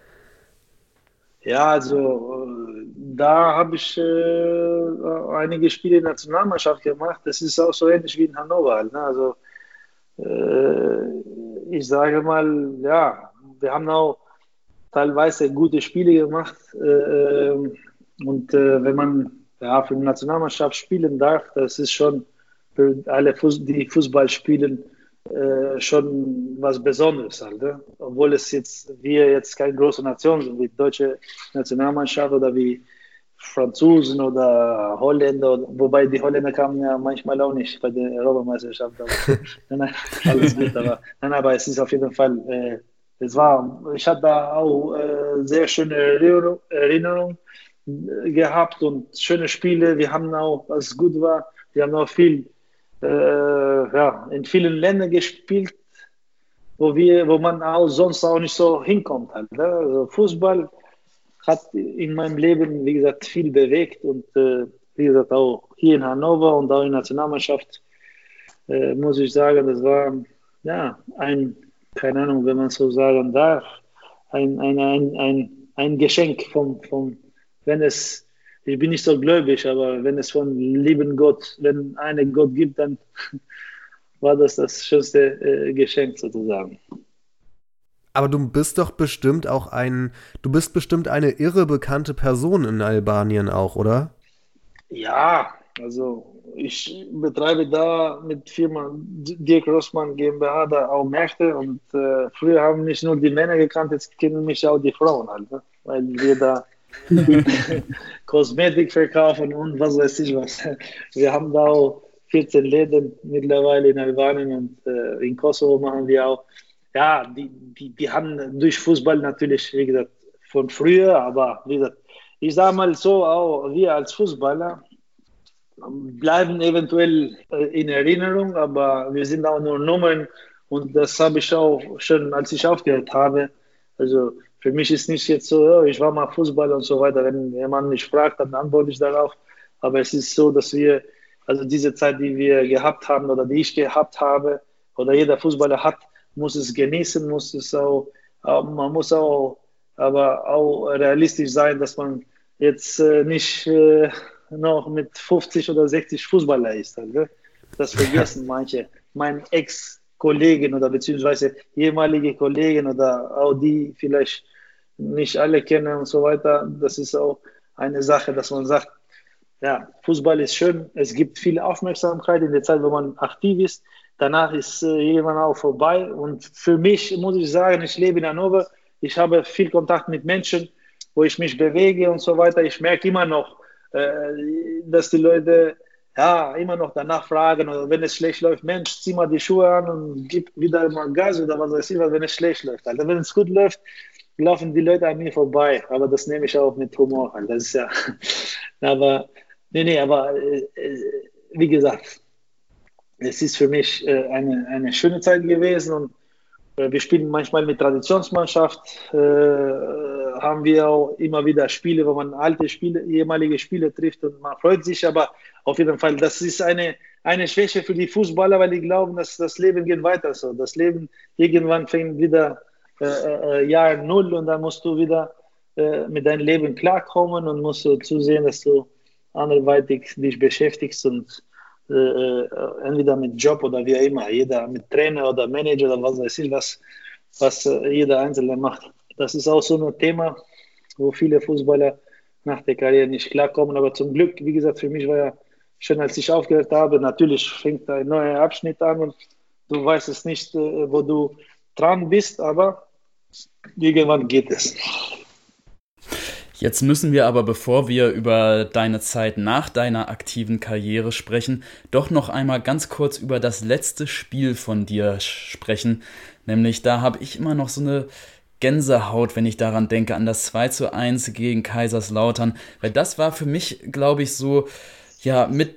Ja, also da habe ich einige Spiele in der Nationalmannschaft gemacht. Das ist auch so ähnlich wie in Hannover halt, ne? Also ich sage mal, ja, wir haben auch teilweise gute Spiele gemacht. Und wenn man ja, für die Nationalmannschaft spielen darf, das ist schon für alle, die Fußball spielen, schon was Besonderes halt, ne? Obwohl wir jetzt keine große Nation sind, wie die deutsche Nationalmannschaft oder wie Franzosen oder Holländer, wobei die Holländer kamen ja manchmal auch nicht bei der Europameisterschaft. Nein, alles gut, aber es ist auf jeden Fall, ich hatte da auch sehr schöne Erinnerungen gehabt und schöne Spiele. Wir haben auch, was gut war, wir haben auch viel in vielen Ländern gespielt, wo man auch sonst auch nicht so hinkommt halt, ne? Also Fußball hat in meinem Leben, wie gesagt, viel bewegt und wie gesagt auch hier in Hannover und auch in der Nationalmannschaft muss ich sagen, das war ja keine Ahnung, wenn man so sagen darf, ein Geschenk ich bin nicht so gläubig, aber wenn es von lieben Gott, wenn einen Gott gibt, dann war das schönste Geschenk sozusagen. Aber du bist doch bestimmt eine irre bekannte Person in Albanien auch, oder? Ja, also ich betreibe da mit Firma Dirk Rossmann GmbH da auch Märkte und früher haben mich nur die Männer gekannt, jetzt kennen mich auch die Frauen halt, ne? Weil wir da Kosmetik verkaufen und was weiß ich was. Wir haben da auch 14 Läden mittlerweile in Albanien und in Kosovo machen wir auch. Ja, die haben durch Fußball natürlich, wie gesagt, von früher, aber wie gesagt, ich sage mal so, auch wir als Fußballer bleiben eventuell in Erinnerung, aber wir sind auch nur Nummern und das habe ich auch schon, als ich aufgehört habe. Also für mich ist nicht jetzt so, oh, ich war mal Fußballer und so weiter. Wenn jemand mich fragt, dann antworte ich darauf. Aber es ist so, dass also diese Zeit, die wir gehabt haben oder die ich gehabt habe oder jeder Fußballer hat, muss es genießen, man muss auch, aber auch realistisch sein, dass man jetzt nicht noch mit 50 oder 60 Fußballer ist. Also, das vergessen manche. Mein Ex-Kollegen oder beziehungsweise ehemalige Kollegen oder auch die vielleicht nicht alle kennen und so weiter. Das ist auch eine Sache, dass man sagt, ja, Fußball ist schön, es gibt viel Aufmerksamkeit in der Zeit, wo man aktiv ist. Danach ist irgendwann auch vorbei. Und für mich muss ich sagen, ich lebe in Hannover, ich habe viel Kontakt mit Menschen, wo ich mich bewege und so weiter. Ich merke immer noch, dass die Leute ja immer noch danach fragen, oder wenn es schlecht läuft, Mensch, zieh mal die Schuhe an und gib wieder mal Gas oder was weiß ich, wenn es schlecht läuft. Also wenn es gut läuft, laufen die Leute an mir vorbei. Aber das nehme ich auch mit Humor. Das ist ja, aber wie gesagt, es ist für mich eine schöne Zeit gewesen und wir spielen manchmal mit Traditionsmannschaft, haben wir auch immer wieder Spiele, wo man ehemalige Spieler trifft und man freut sich, aber auf jeden Fall, das ist eine Schwäche für die Fußballer, weil die glauben, dass das Leben geht weiter so. Das Leben irgendwann fängt wieder Jahr Null und dann musst du wieder mit deinem Leben klarkommen und musst zusehen, dass du anderweitig dich beschäftigst und entweder mit Job oder wie auch immer, jeder mit Trainer oder Manager oder was weiß ich, was jeder Einzelne macht. Das ist auch so ein Thema, wo viele Fußballer nach der Karriere nicht klarkommen, aber zum Glück, wie gesagt, für mich war ja schön, als ich aufgehört habe, natürlich fängt ein neuer Abschnitt an und du weißt es nicht, wo du dran bist, aber irgendwann geht es. Jetzt müssen wir aber, bevor wir über deine Zeit nach deiner aktiven Karriere sprechen, doch noch einmal ganz kurz über das letzte Spiel von dir sprechen. Nämlich, da habe ich immer noch so eine Gänsehaut, wenn ich daran denke, an das 2:1 gegen Kaiserslautern, weil das war für mich, glaube ich, so, ja, mit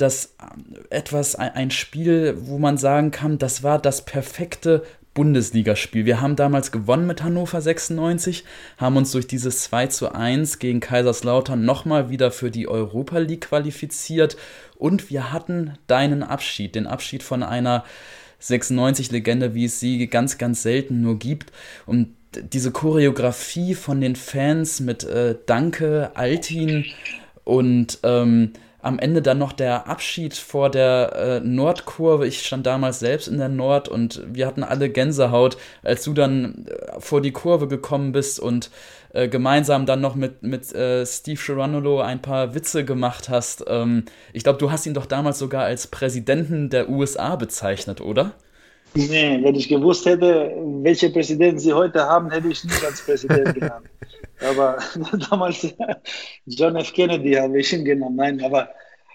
ein Spiel, wo man sagen kann, das war das perfekte Bundesligaspiel. Wir haben damals gewonnen mit Hannover 96, haben uns durch dieses 2:1 gegen Kaiserslautern nochmal wieder für die Europa League qualifiziert und wir hatten deinen Abschied, den Abschied von einer 96-Legende, wie es sie ganz, ganz selten nur gibt. Und diese Choreografie von den Fans mit Danke, Altin und am Ende dann noch der Abschied vor der Nordkurve. Ich stand damals selbst in der Nord und wir hatten alle Gänsehaut, als du dann vor die Kurve gekommen bist und gemeinsam dann noch mit Steve Cherundolo ein paar Witze gemacht hast. Ich glaube, du hast ihn doch damals sogar als Präsidenten der USA bezeichnet, oder? Nee, wenn ich gewusst hätte, welche Präsidenten sie heute haben, hätte ich nicht als Präsident genannt. Aber damals John F. Kennedy habe ich ihn genannt. Nein, aber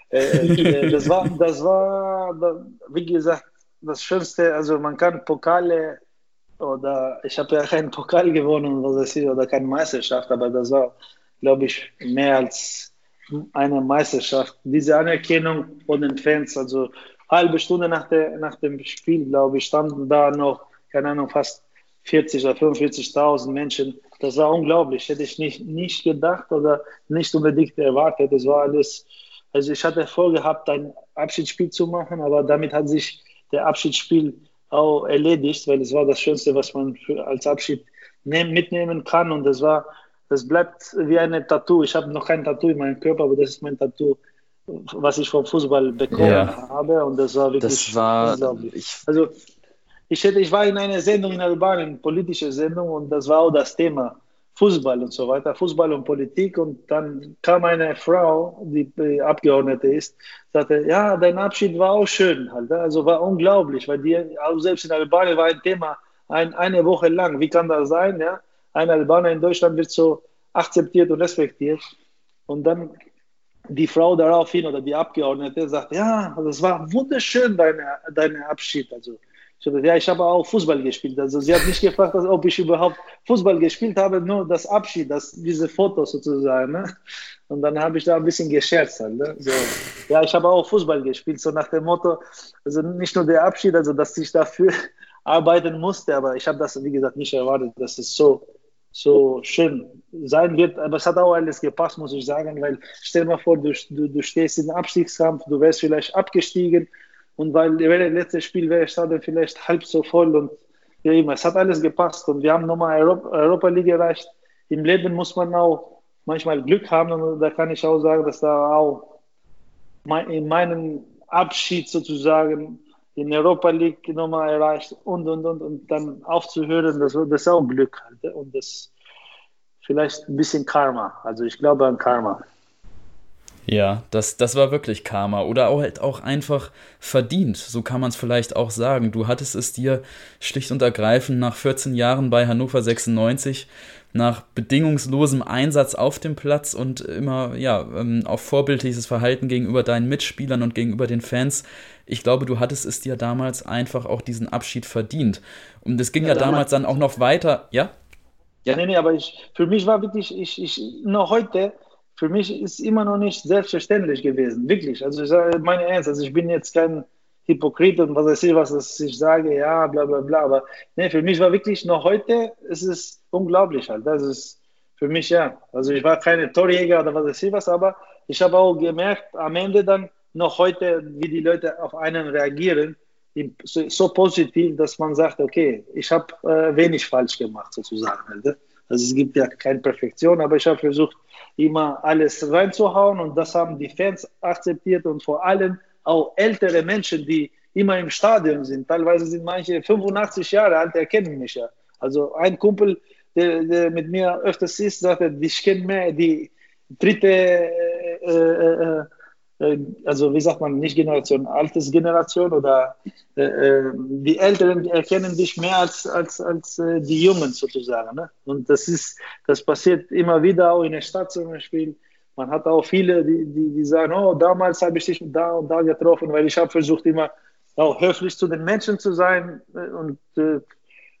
das war, wie gesagt, das Schönste. Also man kann Pokale oder ich habe ja keinen Pokal gewonnen oder keine Meisterschaft, aber das war, glaube ich, mehr als eine Meisterschaft. Diese Anerkennung von den Fans, also halbe Stunde nach dem Spiel, glaube ich, standen da noch, keine Ahnung, fast 40 oder 45.000 Menschen. Das war unglaublich. Hätte ich nicht gedacht oder nicht unbedingt erwartet. Das war alles, also ich hatte vorgehabt, ein Abschiedsspiel zu machen, aber damit hat sich der Abschiedsspiel auch erledigt, weil es war das Schönste, was man als Abschied mitnehmen kann. Und das bleibt wie ein Tattoo. Ich habe noch kein Tattoo in meinem Körper, aber das ist mein Tattoo, was ich vom Fußball bekommen habe. Und das war wirklich unglaublich. Also ich war in einer Sendung in Albanien, eine politische Sendung, und das war auch das Thema Fußball und so weiter, Fußball und Politik. Und dann kam eine Frau, die Abgeordnete ist, sagte, ja, dein Abschied war auch schön, halt. Also war unglaublich, weil auch selbst in Albanien war ein Thema eine Woche lang. Wie kann das sein? Ja? Ein Albaner in Deutschland wird so akzeptiert und respektiert. Und dann die Frau daraufhin oder die Abgeordnete sagt, ja, das war wunderschön, dein Abschied. Also ich habe auch Fußball gespielt. Also sie hat nicht gefragt, ob ich überhaupt Fußball gespielt habe, nur das Abschied, diese Fotos sozusagen. Ne? Und dann habe ich da ein bisschen gescherzt. Halt, ne? So, ja, ich habe auch Fußball gespielt, so nach dem Motto, also nicht nur der Abschied, also dass ich dafür arbeiten musste, aber ich habe das, wie gesagt, nicht erwartet, dass es so schön sein wird. Aber es hat auch alles gepasst, muss ich sagen, weil stell dir mal vor, du stehst in den Abstiegskampf, du wärst vielleicht abgestiegen, und weil das letzte Spiel wäre Stadion vielleicht halb so voll und ja, immer, es hat alles gepasst und wir haben nochmal Europa League erreicht. Im Leben muss man auch manchmal Glück haben und da kann ich auch sagen, dass da auch in meinem Abschied sozusagen in Europa League nochmal erreicht und dann aufzuhören, das ist auch Glück halt, und das vielleicht ein bisschen Karma, also ich glaube an Karma. Ja, das war wirklich Karma oder auch einfach verdient, so kann man es vielleicht auch sagen. Du hattest es dir schlicht und ergreifend nach 14 Jahren bei Hannover 96, nach bedingungslosem Einsatz auf dem Platz und immer auf vorbildliches Verhalten gegenüber deinen Mitspielern und gegenüber den Fans. Ich glaube, du hattest es dir damals einfach auch diesen Abschied verdient. Und es ging ja damals dann auch noch weiter, ja? Ja, nee, aber für mich war wirklich, noch heute, für mich ist immer noch nicht selbstverständlich gewesen, wirklich. Also ich sage meine Ernst, also ich bin jetzt kein Hypokrit und was ich sage, ja, bla bla bla, aber nee, für mich war wirklich noch heute, es ist unglaublich halt, das ist für mich, ja, also ich war keine Torjäger oder was, aber ich habe auch gemerkt, am Ende dann noch heute, wie die Leute auf einen reagieren, so positiv, dass man sagt, okay, ich habe wenig falsch gemacht sozusagen halt. Also es gibt ja keine Perfektion, aber ich habe versucht, immer alles reinzuhauen und das haben die Fans akzeptiert und vor allem auch ältere Menschen, die immer im Stadion sind. Teilweise sind manche 85 Jahre alt, erkennen mich ja. Also ein Kumpel, der mit mir öfters ist, sagte, ich kenne mehr die dritte, also wie sagt man, nicht Generation, altes Generation oder die Älteren erkennen dich mehr als die Jungen sozusagen. Ne? Und das passiert immer wieder auch in der Stadt zum Beispiel. Man hat auch viele, die sagen, oh, damals habe ich dich da und da getroffen, weil ich habe versucht, immer auch höflich zu den Menschen zu sein und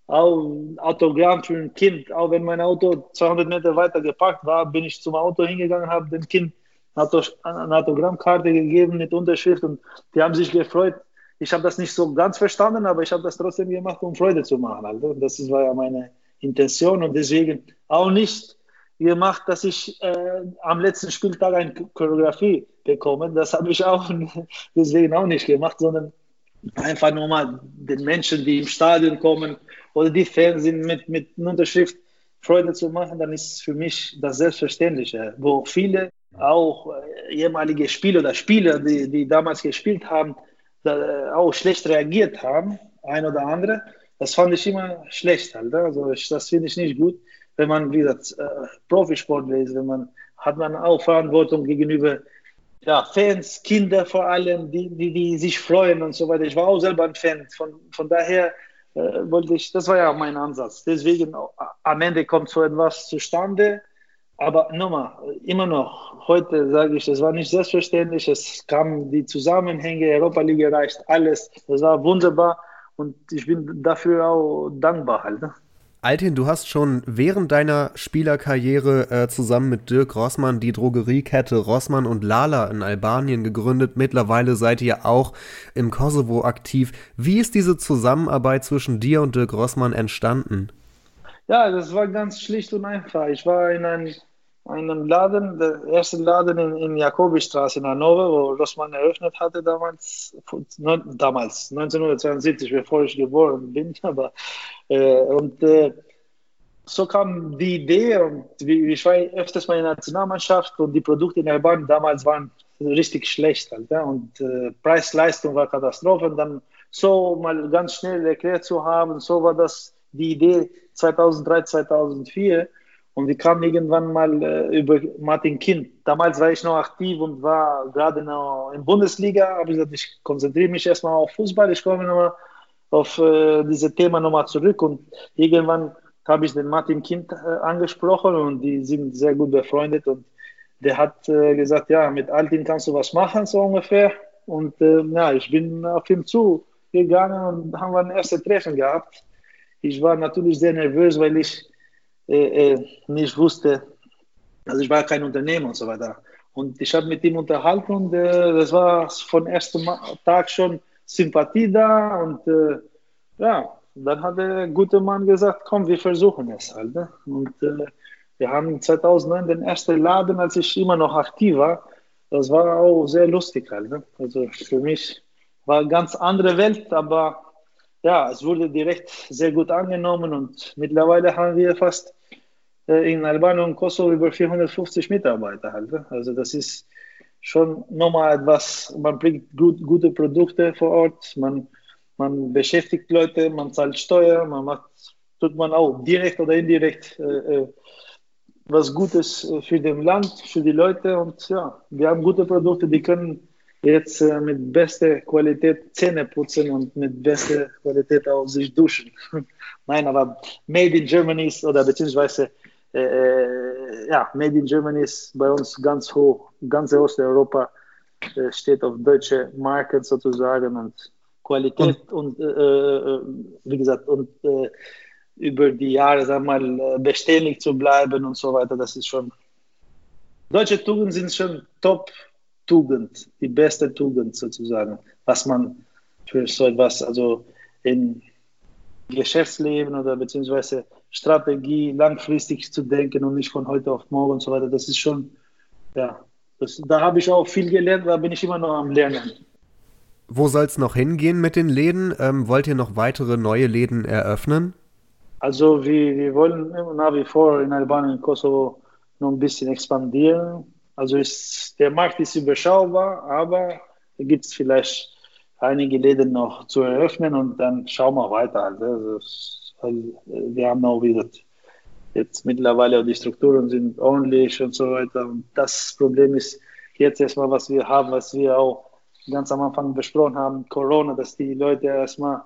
auch Autogramm für ein Kind. Auch wenn mein Auto 200 Meter weiter geparkt war, bin ich zum Auto hingegangen, habe dem Kind eine Autogrammkarte gegeben mit Unterschrift und die haben sich gefreut. Ich habe das nicht so ganz verstanden, aber ich habe das trotzdem gemacht, um Freude zu machen. Also das war ja meine Intention und deswegen auch nicht gemacht, dass ich am letzten Spieltag eine Choreografie bekomme. Das habe ich auch deswegen auch nicht gemacht, sondern einfach nur mal den Menschen, die im Stadion kommen oder die Fans sind, mit einer Unterschrift Freude zu machen, dann ist für mich das Selbstverständliche. Wo viele auch ehemalige Spieler oder Spieler, die damals gespielt haben, auch schlecht reagiert haben, ein oder andere, das fand ich immer schlecht. Halt. Also das finde ich nicht gut. Wenn man, wie gesagt, Profisportler ist, hat man auch Verantwortung gegenüber Fans, Kinder vor allem, die sich freuen und so weiter. Ich war auch selber ein Fan. Von daher das war ja mein Ansatz. Deswegen am Ende kommt so etwas zustande. Aber nochmal, immer noch, heute sage ich, das war nicht selbstverständlich. Es kamen die Zusammenhänge, Europa League erreicht, alles. Das war wunderbar und ich bin dafür auch dankbar halt. Ne? Altin, du hast schon während deiner Spielerkarriere zusammen mit Dirk Rossmann die Drogeriekette Rossmann und Lala in Albanien gegründet. Mittlerweile seid ihr auch im Kosovo aktiv. Wie ist diese Zusammenarbeit zwischen dir und Dirk Rossmann entstanden? Ja, das war ganz schlicht und einfach. Ich war in einem Laden, der erste Laden in Jakobistraße in Hannover, wo Rossmann eröffnet hatte damals 1972, bevor ich geboren bin. Aber so kam die Idee und ich war öfters mal in der Nationalmannschaft und die Produkte in Albanien damals waren richtig schlecht. Halt, ja? Und Preis-Leistung war Katastrophe. Und dann so mal ganz schnell erklärt zu haben, so war das die Idee 2003, 2004. Und wir kamen irgendwann mal über Martin Kind. Damals war ich noch aktiv und war gerade noch in der Bundesliga. Aber ich gesagt, ich konzentriere mich erstmal auf Fußball. Ich komme nochmal auf dieses Thema nochmal zurück. Und irgendwann habe ich den Martin Kind angesprochen und die sind sehr gut befreundet. Und der hat gesagt, ja, mit Altin kannst du was machen, so ungefähr. Und ich bin auf ihn zugegangen und haben wir ein erstes Treffen gehabt. Ich war natürlich sehr nervös, weil ich nicht wusste, also ich war kein Unternehmer und so weiter. Und ich habe mit ihm unterhalten und das war von ersten Tag schon Sympathie da und dann hat der gute Mann gesagt, komm, wir versuchen es halt. Ne? Und wir haben 2009 den ersten Laden, als ich immer noch aktiv war. Das war auch sehr lustig halt. Ne? Also für mich war eine ganz andere Welt, aber ja, es wurde direkt sehr gut angenommen und mittlerweile haben wir fast in Albanien und Kosovo über 450 Mitarbeiter halt. Also das ist schon nochmal etwas, man bringt gute Produkte vor Ort, man beschäftigt Leute, man zahlt Steuer, tut man auch direkt oder indirekt was Gutes für das Land, für die Leute und ja, wir haben gute Produkte, die können jetzt mit bester Qualität Zähne putzen und mit bester Qualität auch sich duschen. Nein, aber Made in Germany ist, oder beziehungsweise Made in Germany ist bei uns ganz hoch. Ganz Osteuropa steht auf deutsche Marken sozusagen und Qualität und wie gesagt, und über die Jahre, sagen wir mal, beständig zu bleiben und so weiter, das ist schon, deutsche Tugenden sind schon Top-Tugend, die beste Tugend sozusagen, was man für so etwas, also in Geschäftsleben oder beziehungsweise Strategie, langfristig zu denken und nicht von heute auf morgen und so weiter, das ist schon, ja, da habe ich auch viel gelernt, da bin ich immer noch am Lernen. Wo soll es noch hingehen mit den Läden? Wollt ihr noch weitere neue Läden eröffnen? Also wir wollen nach wie vor in Albanien und Kosovo noch ein bisschen expandieren. Also der Markt ist überschaubar, aber da gibt es vielleicht einige Läden noch zu eröffnen und dann schauen wir weiter. Also, wir haben auch wieder jetzt mittlerweile auch die Strukturen sind ordentlich und so weiter. Und das Problem ist jetzt erstmal, was wir haben, was wir auch ganz am Anfang besprochen haben, Corona, dass die Leute erstmal,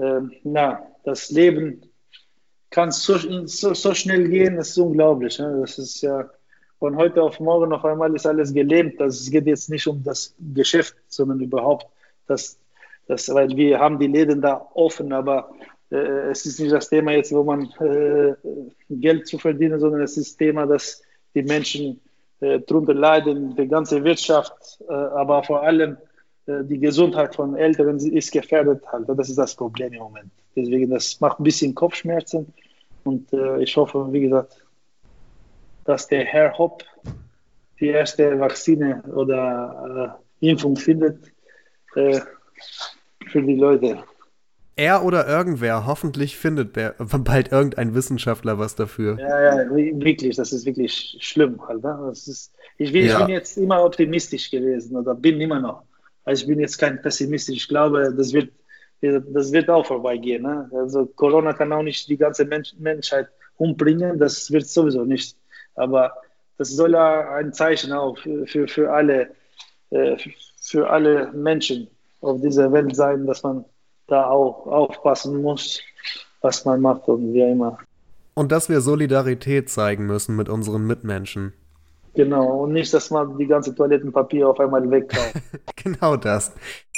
das Leben kann so schnell gehen, das ist unglaublich. Ne? Das ist ja von heute auf morgen auf einmal ist alles gelähmt. Es geht jetzt nicht um das Geschäft, sondern überhaupt, weil wir haben die Läden da offen, aber es ist nicht das Thema jetzt, wo man Geld zu verdienen, sondern es ist das Thema, dass die Menschen darunter leiden, die ganze Wirtschaft, aber vor allem die Gesundheit von Älteren ist gefährdet halt. Das ist das Problem im Moment. Deswegen, das macht ein bisschen Kopfschmerzen und ich hoffe, wie gesagt, dass der Herr Hopp die erste Vakzine oder Impfung findet für die Leute. Er oder irgendwer, hoffentlich findet bald irgendein Wissenschaftler was dafür. Ja, wirklich, das ist wirklich schlimm halt. Ne? Ich bin jetzt immer optimistisch gewesen oder bin immer noch. Also ich bin jetzt kein Pessimist. Ich glaube, das wird auch vorbeigehen. Ne? Also Corona kann auch nicht die ganze Menschheit umbringen, das wird sowieso nicht. Aber das soll ein Zeichen auch für alle Menschen auf dieser Welt sein, dass man da auch aufpassen muss, was man macht und wie immer. Und dass wir Solidarität zeigen müssen mit unseren Mitmenschen. Genau, und nicht, dass man die ganze Toilettenpapier auf einmal wegkauft. Genau das.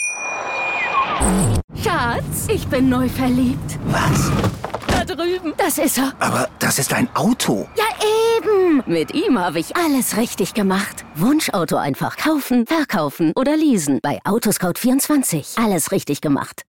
Schatz, ich bin neu verliebt. Was? Da drüben. Das ist er. Aber das ist ein Auto. Ja, eben. Mit ihm habe ich alles richtig gemacht. Wunschauto einfach kaufen, verkaufen oder leasen. Bei Autoscout24. Alles richtig gemacht.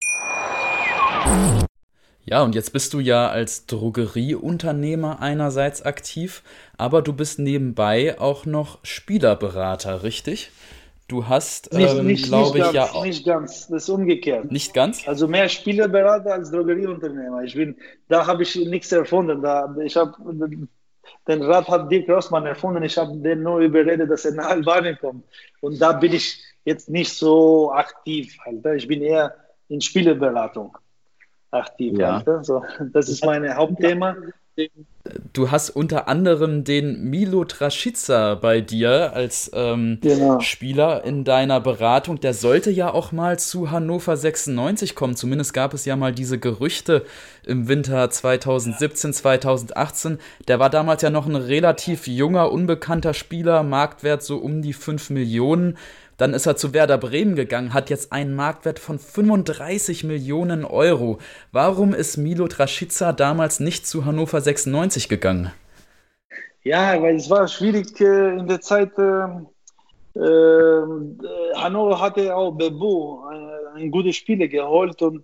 Ja, und jetzt bist du ja als Drogerieunternehmer einerseits aktiv, aber du bist nebenbei auch noch Spielerberater, richtig? Du hast, glaube ich, ja auch... Nicht ganz, das ist umgekehrt. Nicht ganz? Also mehr Spielerberater als Drogerieunternehmer. Da habe ich nichts erfunden. Den Rat hat Dirk Rossmann erfunden. Ich habe den nur überredet, dass er nach Albanien kommt. Und da bin ich jetzt nicht so aktiv. Halt. Ich bin eher in Spielerberatung aktiv. Ja. Halt. So, das ist mein Hauptthema. Du hast unter anderem den Milot Rashica bei dir als Spieler in deiner Beratung. Der sollte ja auch mal zu Hannover 96 kommen. Zumindest gab es ja mal diese Gerüchte im Winter 2017, 2018. Der war damals ja noch ein relativ junger, unbekannter Spieler, Marktwert so um die 5 Millionen. Dann ist er zu Werder Bremen gegangen, hat jetzt einen Marktwert von 35 Millionen Euro. Warum ist Milot Rashica damals nicht zu Hannover 96 gegangen? Ja, weil es war schwierig in der Zeit. Hannover hatte auch Bebo, ein gutes Spieler geholt und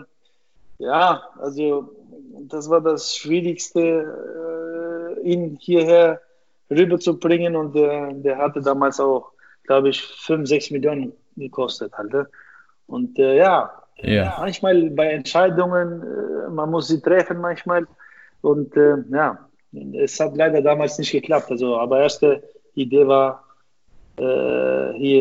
also das war das Schwierigste, ihn hierher rüberzubringen und der hatte damals auch, glaube ich, 5-6 Millionen gekostet halt. Und manchmal bei Entscheidungen, man muss sie treffen manchmal und es hat leider damals nicht geklappt. Also, aber erste Idee war, hier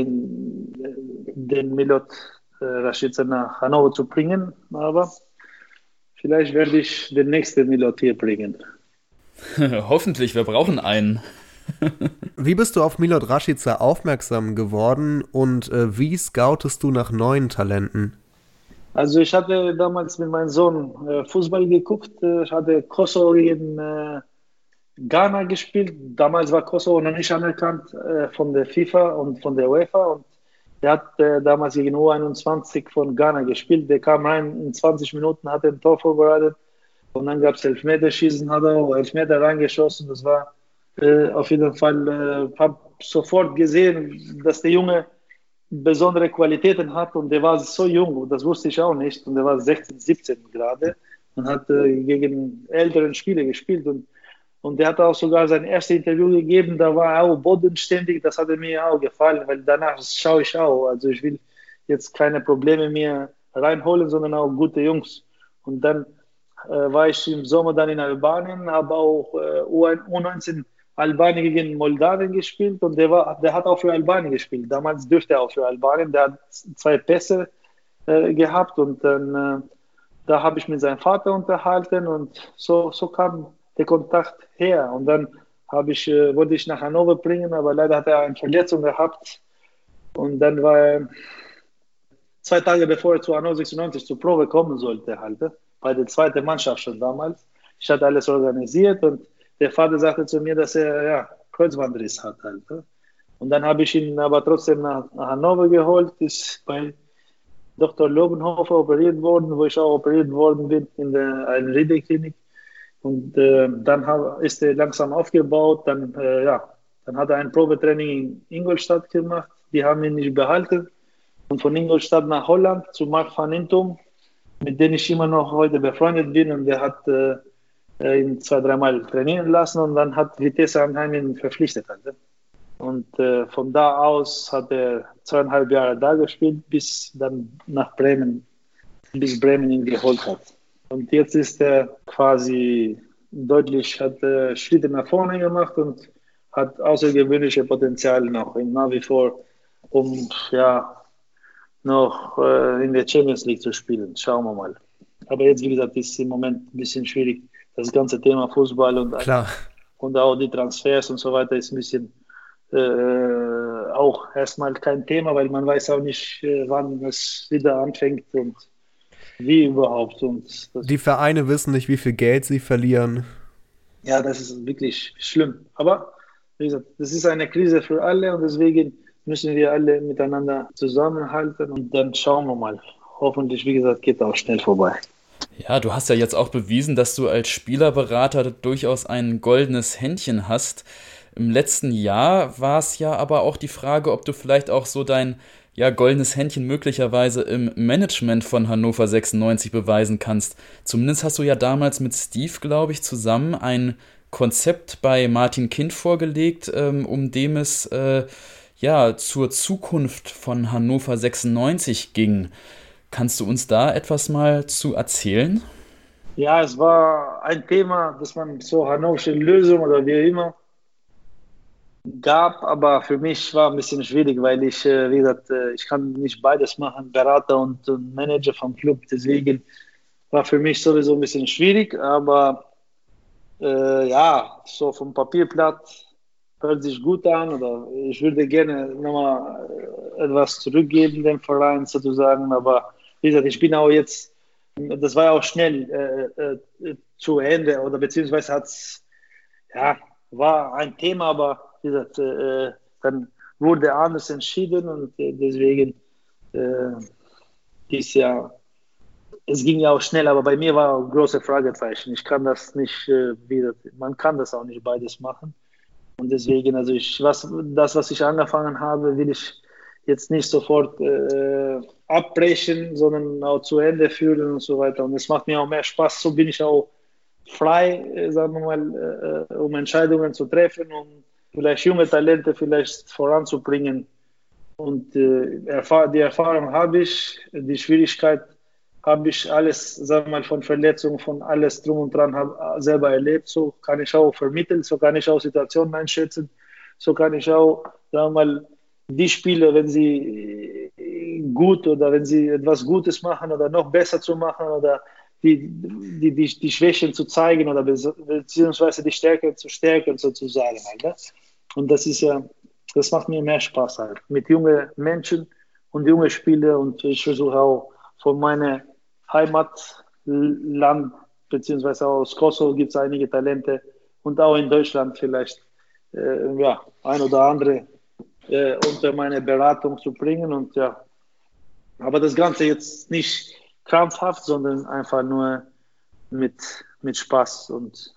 den Milot Rashica nach Hannover zu bringen, aber vielleicht werde ich den nächsten Milot hier bringen. Hoffentlich, wir brauchen einen. Wie bist du auf Milot Rashica aufmerksam geworden und wie scoutest du nach neuen Talenten? Also ich hatte damals mit meinem Sohn Fußball geguckt. Ich hatte Kosovo gegen Ghana gespielt. Damals war Kosovo noch nicht anerkannt von der FIFA und von der UEFA. Und der hat damals gegen U21 von Ghana gespielt. Der kam rein, in 20 Minuten hat ein Tor vorbereitet. Und dann gab es Elfmeterschießen, hat er auch Elfmeter reingeschossen. Das war auf jeden Fall, habe sofort gesehen, dass der Junge besondere Qualitäten hat und der war so jung, das wusste ich auch nicht, und der war 16, 17 gerade und hat gegen älteren Spieler gespielt und der hat auch sogar sein erstes Interview gegeben, da war er auch bodenständig, das hat mir auch gefallen, weil danach schaue ich auch, also ich will jetzt keine Probleme mehr reinholen, sondern auch gute Jungs. Und dann war ich im Sommer dann in Albanien, habe auch U19 Albanien gegen Moldawien gespielt und der hat auch für Albanien gespielt. Damals dürfte er auch für Albanien. Der hat 2 Pässe gehabt und dann da habe ich mit seinem Vater unterhalten und so kam der Kontakt her. Und dann wollte ich nach Hannover bringen, aber leider hat er eine Verletzung gehabt. Und dann war er 2 Tage bevor er zu Hannover 96 zur Probe kommen sollte, halt, bei der zweiten Mannschaft schon damals. Ich hatte alles organisiert und der Vater sagte zu mir, dass er Kreuzbandriss hat. Halt. Und dann habe ich ihn aber trotzdem nach Hannover geholt, ist bei Dr. Lobenhofer operiert worden, wo ich auch operiert worden bin in der Einriede-Klinik. Und dann ist er langsam aufgebaut. Dann hat er ein Probetraining in Ingolstadt gemacht. Die haben ihn nicht behalten. Und von Ingolstadt nach Holland zu Mark van Intum, mit dem ich immer noch heute befreundet bin. Und der hat ihn 2-3 Mal trainieren lassen. Und dann hat Vitesse Arnhem ihn verpflichtet. Und von da aus hat er 2,5 Jahre da gespielt, bis dann bis Bremen ihn geholt hat. Und jetzt ist er quasi hat Schritte nach vorne gemacht und hat außergewöhnliche Potenzial noch nach wie vor, um noch in der Champions League zu spielen. Schauen wir mal. Aber jetzt, wie gesagt, ist es im Moment ein bisschen schwierig. Das ganze Thema Fußball und auch die Transfers und so weiter ist ein bisschen auch erstmal kein Thema, weil man weiß auch nicht, wann es wieder anfängt und wie überhaupt. Und die Vereine wissen nicht, wie viel Geld sie verlieren. Ja, das ist wirklich schlimm. Aber wie gesagt, das ist eine Krise für alle und deswegen müssen wir alle miteinander zusammenhalten und dann schauen wir mal. Hoffentlich, wie gesagt, geht auch schnell vorbei. Ja, du hast ja jetzt auch bewiesen, dass du als Spielerberater durchaus ein goldenes Händchen hast. Im letzten Jahr war es ja aber auch die Frage, ob du vielleicht auch so dein goldenes Händchen möglicherweise im Management von Hannover 96 beweisen kannst. Zumindest hast du ja damals mit Steve, glaube ich, zusammen ein Konzept bei Martin Kind vorgelegt, um dem es zur Zukunft von Hannover 96 ging. Kannst du uns da etwas mal zu erzählen? Ja, es war ein Thema, dass man so hannoversche Lösung oder wie immer gab, aber für mich war ein bisschen schwierig, weil ich, wie gesagt, ich kann nicht beides machen, Berater und Manager vom Club, deswegen war für mich sowieso ein bisschen schwierig, aber so vom Papierblatt hört sich gut an oder ich würde gerne nochmal etwas zurückgeben dem Verein sozusagen, aber wie gesagt, ich bin auch jetzt, das war ja auch schnell zu Ende oder beziehungsweise war ein Thema, aber wie gesagt, dann wurde anders entschieden und deswegen dieses Jahr, es ging ja auch schnell, aber bei mir war ein großes Fragezeichen. Ich kann das nicht, man kann das auch nicht beides machen. Und deswegen, also was ich angefangen habe, will ich jetzt nicht sofort abbrechen, sondern auch zu Ende führen und so weiter. Und es macht mir auch mehr Spaß. So bin ich auch frei, sagen wir mal, um Entscheidungen zu treffen, um vielleicht junge Talente vielleicht voranzubringen. Und die Erfahrung habe ich, die Schwierigkeit habe ich alles, sagen wir mal, von Verletzungen, von alles drum und dran selber erlebt. So kann ich auch vermitteln, so kann ich auch Situationen einschätzen, so kann ich auch, sagen wir mal, die Spieler, wenn sie gut oder wenn sie etwas Gutes machen oder noch besser zu machen oder die Schwächen zu zeigen oder beziehungsweise die Stärken zu stärken sozusagen. Halt. Und das macht mir mehr Spaß halt. Mit jungen Menschen und jungen Spielern und ich versuche auch von meinem Heimatland beziehungsweise aus Kosovo gibt es einige Talente und auch in Deutschland vielleicht ein oder andere unter meine Beratung zu bringen und aber das Ganze jetzt nicht krampfhaft, sondern einfach nur mit Spaß und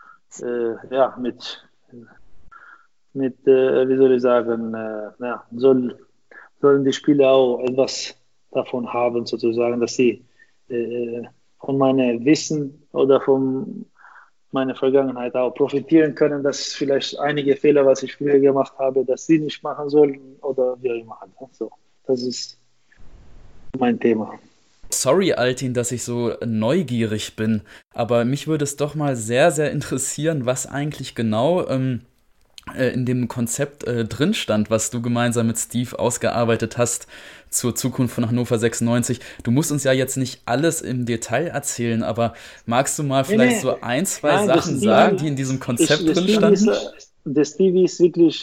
wie soll ich sagen, sollen die Spieler auch etwas davon haben, sozusagen, dass sie von meinem Wissen oder von meiner Vergangenheit auch profitieren können, dass vielleicht einige Fehler, was ich früher gemacht habe, dass sie nicht machen sollen oder wir machen. So, das ist mein Thema. Sorry, Altin, dass ich so neugierig bin, aber mich würde es doch mal sehr, sehr interessieren, was eigentlich genau in dem Konzept drin stand, was du gemeinsam mit Steve ausgearbeitet hast zur Zukunft von Hannover 96. Du musst uns ja jetzt nicht alles im Detail erzählen, aber magst du mal vielleicht so ein, zwei Sachen sagen, die in diesem Konzept drin standen? Der Stevie ist wirklich,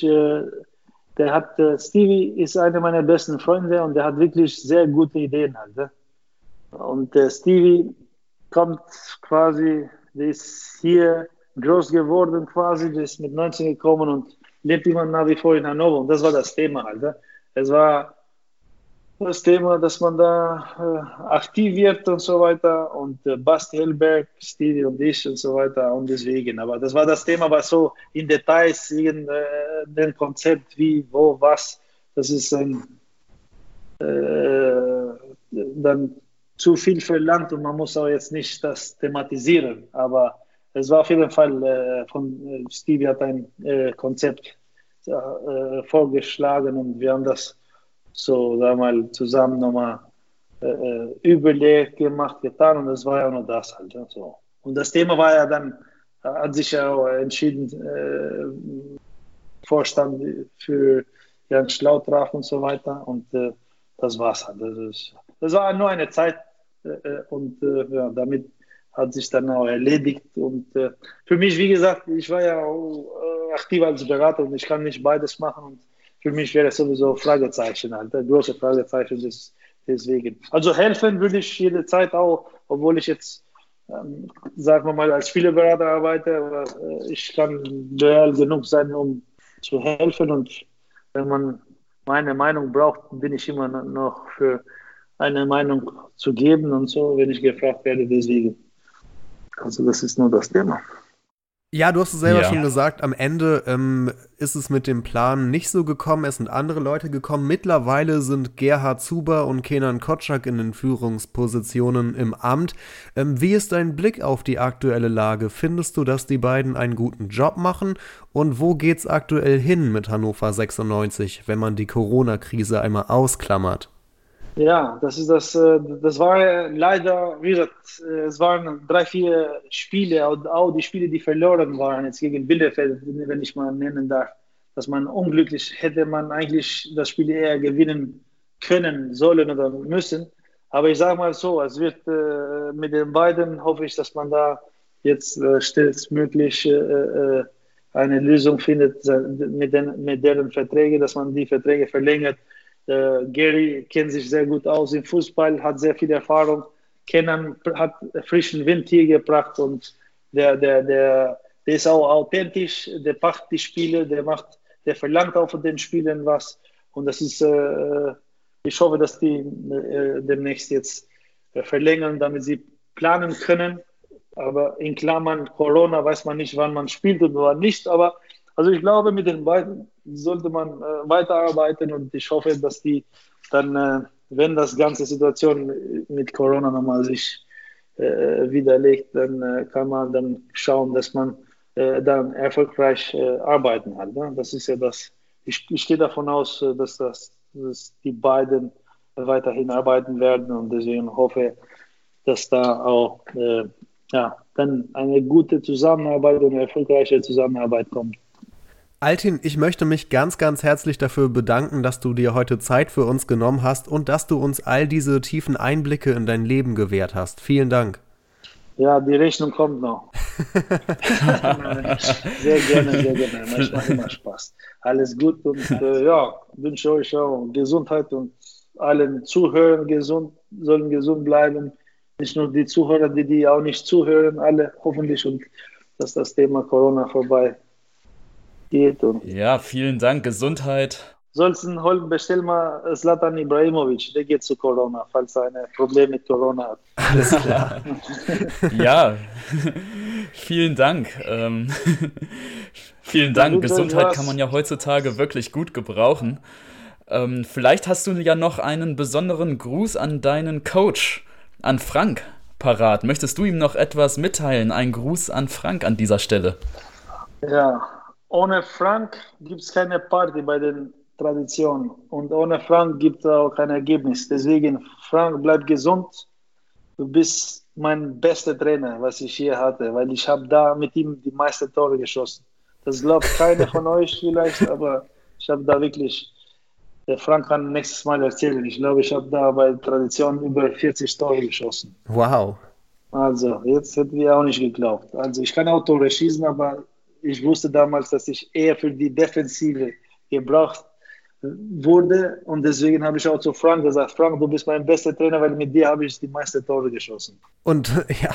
Stevie ist einer meiner besten Freunde und der hat wirklich sehr gute Ideen halt. Ne? Und der Stevie kommt quasi, der ist hier groß geworden quasi, der ist mit 19 gekommen und lebt immer nach wie vor in Hannover und das war das Thema halt. Ne? Es war das Thema, dass man da aktiv wird und so weiter und Basti Hellberg, Stevie und ich und so weiter und deswegen. Aber das war das Thema, was so in Details, den Konzept, wie, wo, was, das ist dann zu viel verlangt und man muss auch jetzt nicht das thematisieren. Aber es war auf jeden Fall Stevie hat ein Konzept vorgeschlagen und wir haben das so, sagen wir mal, zusammen nochmal überlegt, gemacht, getan und das war ja nur das halt. Ja, so. Und das Thema war ja dann, hat sich ja auch entschieden, Vorstand für Jan Schlautraff und so weiter und das war's halt. Das war nur eine Zeit und ja, damit hat sich dann auch erledigt und für mich, wie gesagt, ich war ja auch aktiv als Berater und ich kann nicht beides machen und für mich wäre es sowieso Fragezeichen, halt, große Fragezeichen deswegen. Also helfen würde ich jederzeit auch, obwohl ich jetzt, sagen wir mal, als Spielerberater arbeite, aber ich kann loyal genug sein, um zu helfen und wenn man meine Meinung braucht, bin ich immer noch für eine Meinung zu geben und so, wenn ich gefragt werde, deswegen. Also das ist nur das Thema. Ja, du hast es selber schon gesagt, am Ende ist es mit dem Plan nicht so gekommen, es sind andere Leute gekommen. Mittlerweile sind Gerhard Zuber und Kenan Kotschak in den Führungspositionen im Amt. Wie ist dein Blick auf die aktuelle Lage? Findest du, dass die beiden einen guten Job machen? Und wo geht's aktuell hin mit Hannover 96, wenn man die Corona-Krise einmal ausklammert? Ja, das war leider, wie gesagt, es waren 3-4 Spiele, auch die Spiele, die verloren waren, jetzt gegen Bielefeld, wenn ich mal nennen darf, dass man unglücklich, hätte man eigentlich das Spiel eher gewinnen können, sollen oder müssen. Aber ich sage mal so, es wird mit den beiden, hoffe ich, dass man da jetzt schnellstmöglich eine Lösung findet mit deren Verträge, dass man die Verträge verlängert. Gary kennt sich sehr gut aus im Fußball, hat sehr viel Erfahrung. Kenan hat frischen Wind hier gebracht und der ist auch authentisch, der macht die Spiele, der verlangt auch von den Spielern was. Und das ist, ich hoffe, dass die demnächst jetzt verlängern, damit sie planen können. Aber in Klammern Corona weiß man nicht, wann man spielt und wann nicht. Aber also ich glaube, mit den beiden sollte man weiterarbeiten und ich hoffe, dass die dann, wenn das ganze Situation mit Corona nochmal sich widerlegt, dann kann man dann schauen, dass man dann erfolgreich arbeiten hat. Ne? Das ist ja das. Ich gehe davon aus, dass die beiden weiterhin arbeiten werden und deswegen hoffe, dass da auch dann eine gute Zusammenarbeit und eine erfolgreiche Zusammenarbeit kommt. Altin, ich möchte mich ganz, ganz herzlich dafür bedanken, dass du dir heute Zeit für uns genommen hast und dass du uns all diese tiefen Einblicke in dein Leben gewährt hast. Vielen Dank. Ja, die Rechnung kommt noch. Sehr gerne, sehr gerne. Manchmal immer Spaß. Alles gut und wünsche euch auch Gesundheit und allen Zuhörern sollen gesund bleiben. Nicht nur die Zuhörer, die auch nicht zuhören, alle hoffentlich und dass das Thema Corona vorbei geht. Und ja, vielen Dank, Gesundheit. Ansonsten bestell mal Zlatan Ibrahimovic, der geht zu Corona, falls er ein Problem mit Corona hat. Alles klar. Ja, vielen Dank. Vielen Dank, Gesundheit kann man ja heutzutage wirklich gut gebrauchen. Vielleicht hast du ja noch einen besonderen Gruß an deinen Coach, an Frank, parat. Möchtest du ihm noch etwas mitteilen? Ein Gruß an Frank an dieser Stelle. Ja, ohne Frank gibt es keine Party bei den Traditionen und ohne Frank gibt es auch kein Ergebnis. Deswegen, Frank, bleib gesund. Du bist mein bester Trainer, was ich je hatte, weil ich habe da mit ihm die meisten Tore geschossen. Das glaubt keiner von euch vielleicht, aber ich habe da wirklich, der Frank kann nächstes Mal erzählen, ich glaube, ich habe da bei Tradition über 40 Tore geschossen. Wow. Also, jetzt hätten wir auch nicht geglaubt. Also, ich kann auch Tore schießen, aber ich wusste damals, dass ich eher für die Defensive gebraucht wurde und deswegen habe ich auch zu Frank gesagt, Frank, du bist mein bester Trainer, weil mit dir habe ich die meisten Tore geschossen. Und ja.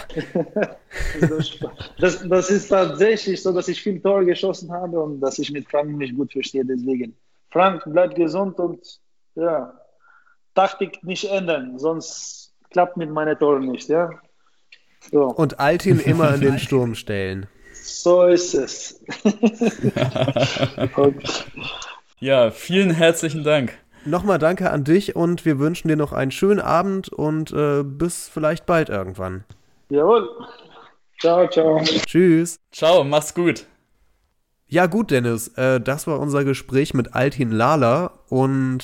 Das ist tatsächlich so, dass ich viel Tore geschossen habe und dass ich mit Frank mich gut verstehe. Deswegen, Frank, bleib gesund und ja, Taktik nicht ändern, sonst klappt mit meinen Toren nicht, ja. So. Und Altin immer in den Sturm stellen. So ist es. Okay. Ja, vielen herzlichen Dank. Nochmal danke an dich und wir wünschen dir noch einen schönen Abend und bis vielleicht bald irgendwann. Jawohl. Ciao, ciao. Tschüss. Ciao, mach's gut. Ja gut, Dennis, das war unser Gespräch mit Altin Lala und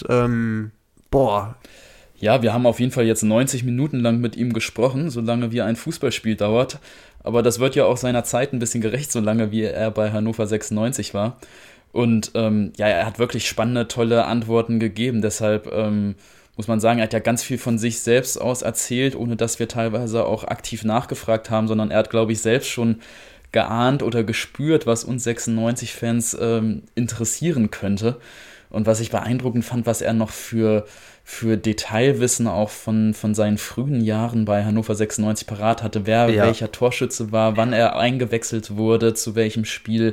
Ja, wir haben auf jeden Fall jetzt 90 Minuten lang mit ihm gesprochen, solange wie ein Fußballspiel dauert. Aber das wird ja auch seiner Zeit ein bisschen gerecht, solange wie er bei Hannover 96 war. Und er hat wirklich spannende, tolle Antworten gegeben. Deshalb muss man sagen, er hat ja ganz viel von sich selbst aus erzählt, ohne dass wir teilweise auch aktiv nachgefragt haben, sondern er hat, glaube ich, selbst schon geahnt oder gespürt, was uns 96-Fans interessieren könnte. Und was ich beeindruckend fand, was er noch für Detailwissen auch von seinen frühen Jahren bei Hannover 96 parat hatte, welcher Torschütze war, wann er eingewechselt wurde, zu welchem Spiel.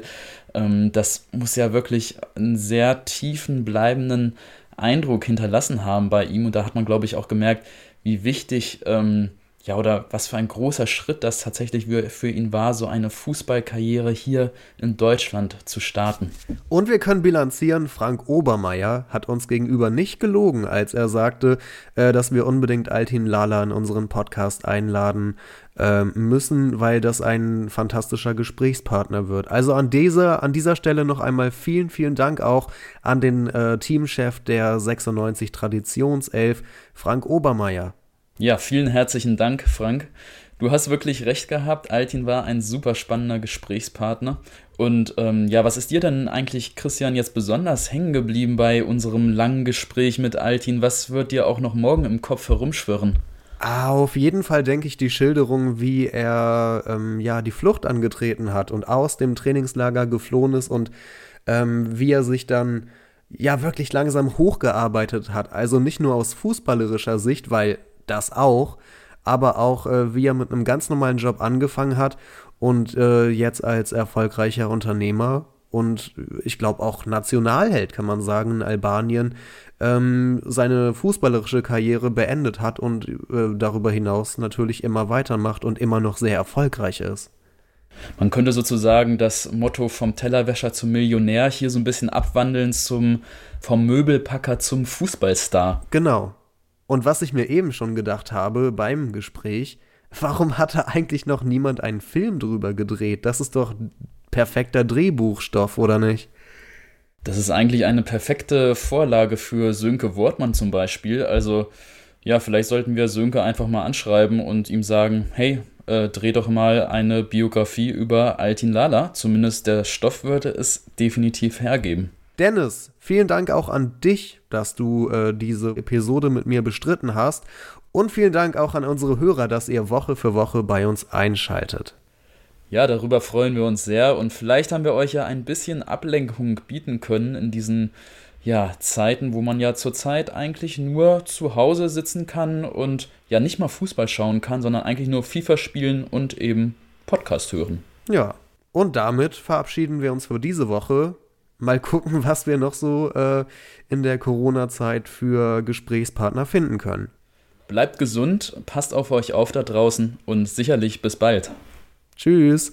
Das muss ja wirklich einen sehr tiefen, bleibenden Eindruck hinterlassen haben bei ihm. Und da hat man, glaube ich, auch gemerkt, wie wichtig oder was für ein großer Schritt das tatsächlich für ihn war, so eine Fußballkarriere hier in Deutschland zu starten. Und wir können bilanzieren, Frank Obermeier hat uns gegenüber nicht gelogen, als er sagte, dass wir unbedingt Altin Lala in unseren Podcast einladen müssen, weil das ein fantastischer Gesprächspartner wird. Also an dieser Stelle noch einmal vielen, vielen Dank auch an den Teamchef der 96 Traditionself, Frank Obermeier. Ja, vielen herzlichen Dank, Frank. Du hast wirklich recht gehabt. Altin war ein super spannender Gesprächspartner. Und was ist dir denn eigentlich, Christian, jetzt besonders hängen geblieben bei unserem langen Gespräch mit Altin? Was wird dir auch noch morgen im Kopf herumschwirren? Auf jeden Fall denke ich die Schilderung, wie er die Flucht angetreten hat und aus dem Trainingslager geflohen ist und wie er sich dann wirklich langsam hochgearbeitet hat. Also nicht nur aus fußballerischer Sicht, weil das auch, aber auch wie er mit einem ganz normalen Job angefangen hat und jetzt als erfolgreicher Unternehmer und ich glaube auch Nationalheld, kann man sagen, in Albanien seine fußballerische Karriere beendet hat und darüber hinaus natürlich immer weitermacht und immer noch sehr erfolgreich ist. Man könnte sozusagen das Motto vom Tellerwäscher zum Millionär hier so ein bisschen abwandeln vom Möbelpacker zum Fußballstar. Genau. Und was ich mir eben schon gedacht habe beim Gespräch, warum hatte eigentlich noch niemand einen Film drüber gedreht? Das ist doch perfekter Drehbuchstoff, oder nicht? Das ist eigentlich eine perfekte Vorlage für Sönke Wortmann zum Beispiel. Also, vielleicht sollten wir Sönke einfach mal anschreiben und ihm sagen, hey, dreh doch mal eine Biografie über Altin Lala. Zumindest der Stoff würde es definitiv hergeben. Dennis, vielen Dank auch an dich, dass du diese Episode mit mir bestritten hast. Und vielen Dank auch an unsere Hörer, dass ihr Woche für Woche bei uns einschaltet. Ja, darüber freuen wir uns sehr. Und vielleicht haben wir euch ja ein bisschen Ablenkung bieten können in diesen Zeiten, wo man ja zurzeit eigentlich nur zu Hause sitzen kann und nicht mal Fußball schauen kann, sondern eigentlich nur FIFA spielen und eben Podcast hören. Ja, und damit verabschieden wir uns für diese Woche. Mal gucken, was wir noch so in der Corona-Zeit für Gesprächspartner finden können. Bleibt gesund, passt auf euch auf da draußen und sicherlich bis bald. Tschüss.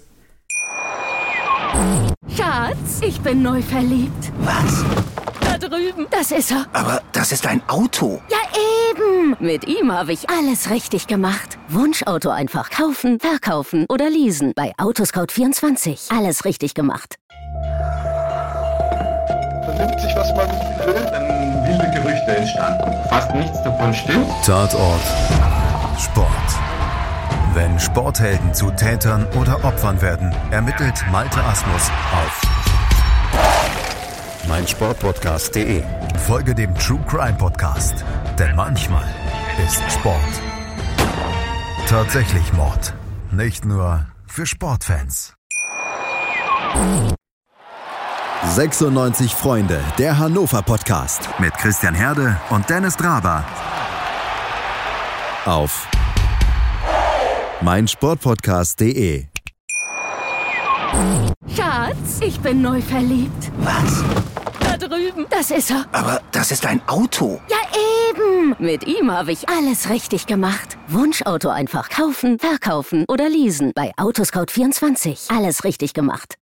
Schatz, ich bin neu verliebt. Was? Da drüben. Das ist er. Aber das ist ein Auto. Ja, eben. Mit ihm habe ich alles richtig gemacht. Wunschauto einfach kaufen, verkaufen oder leasen. Bei Autoscout24. Alles richtig gemacht. Vernimmt sich, was man will, dann wilde Gerüchte entstanden. Fast nichts davon stimmt. Tatort Sport. Wenn Sporthelden zu Tätern oder Opfern werden, ermittelt Malte Asmus auf meinsportpodcast.de. Folge dem True Crime Podcast, denn manchmal ist Sport tatsächlich Mord. Nicht nur für Sportfans. 96 Freunde, der Hannover Podcast mit Christian Herde und Dennis Draber auf meinsportpodcast.de. Schatz, ich bin neu verliebt. Was? Da drüben. Das ist er. Aber das ist ein Auto. Ja, eben. Mit ihm habe ich alles richtig gemacht. Wunschauto einfach kaufen, verkaufen oder leasen. Bei Autoscout24. Alles richtig gemacht.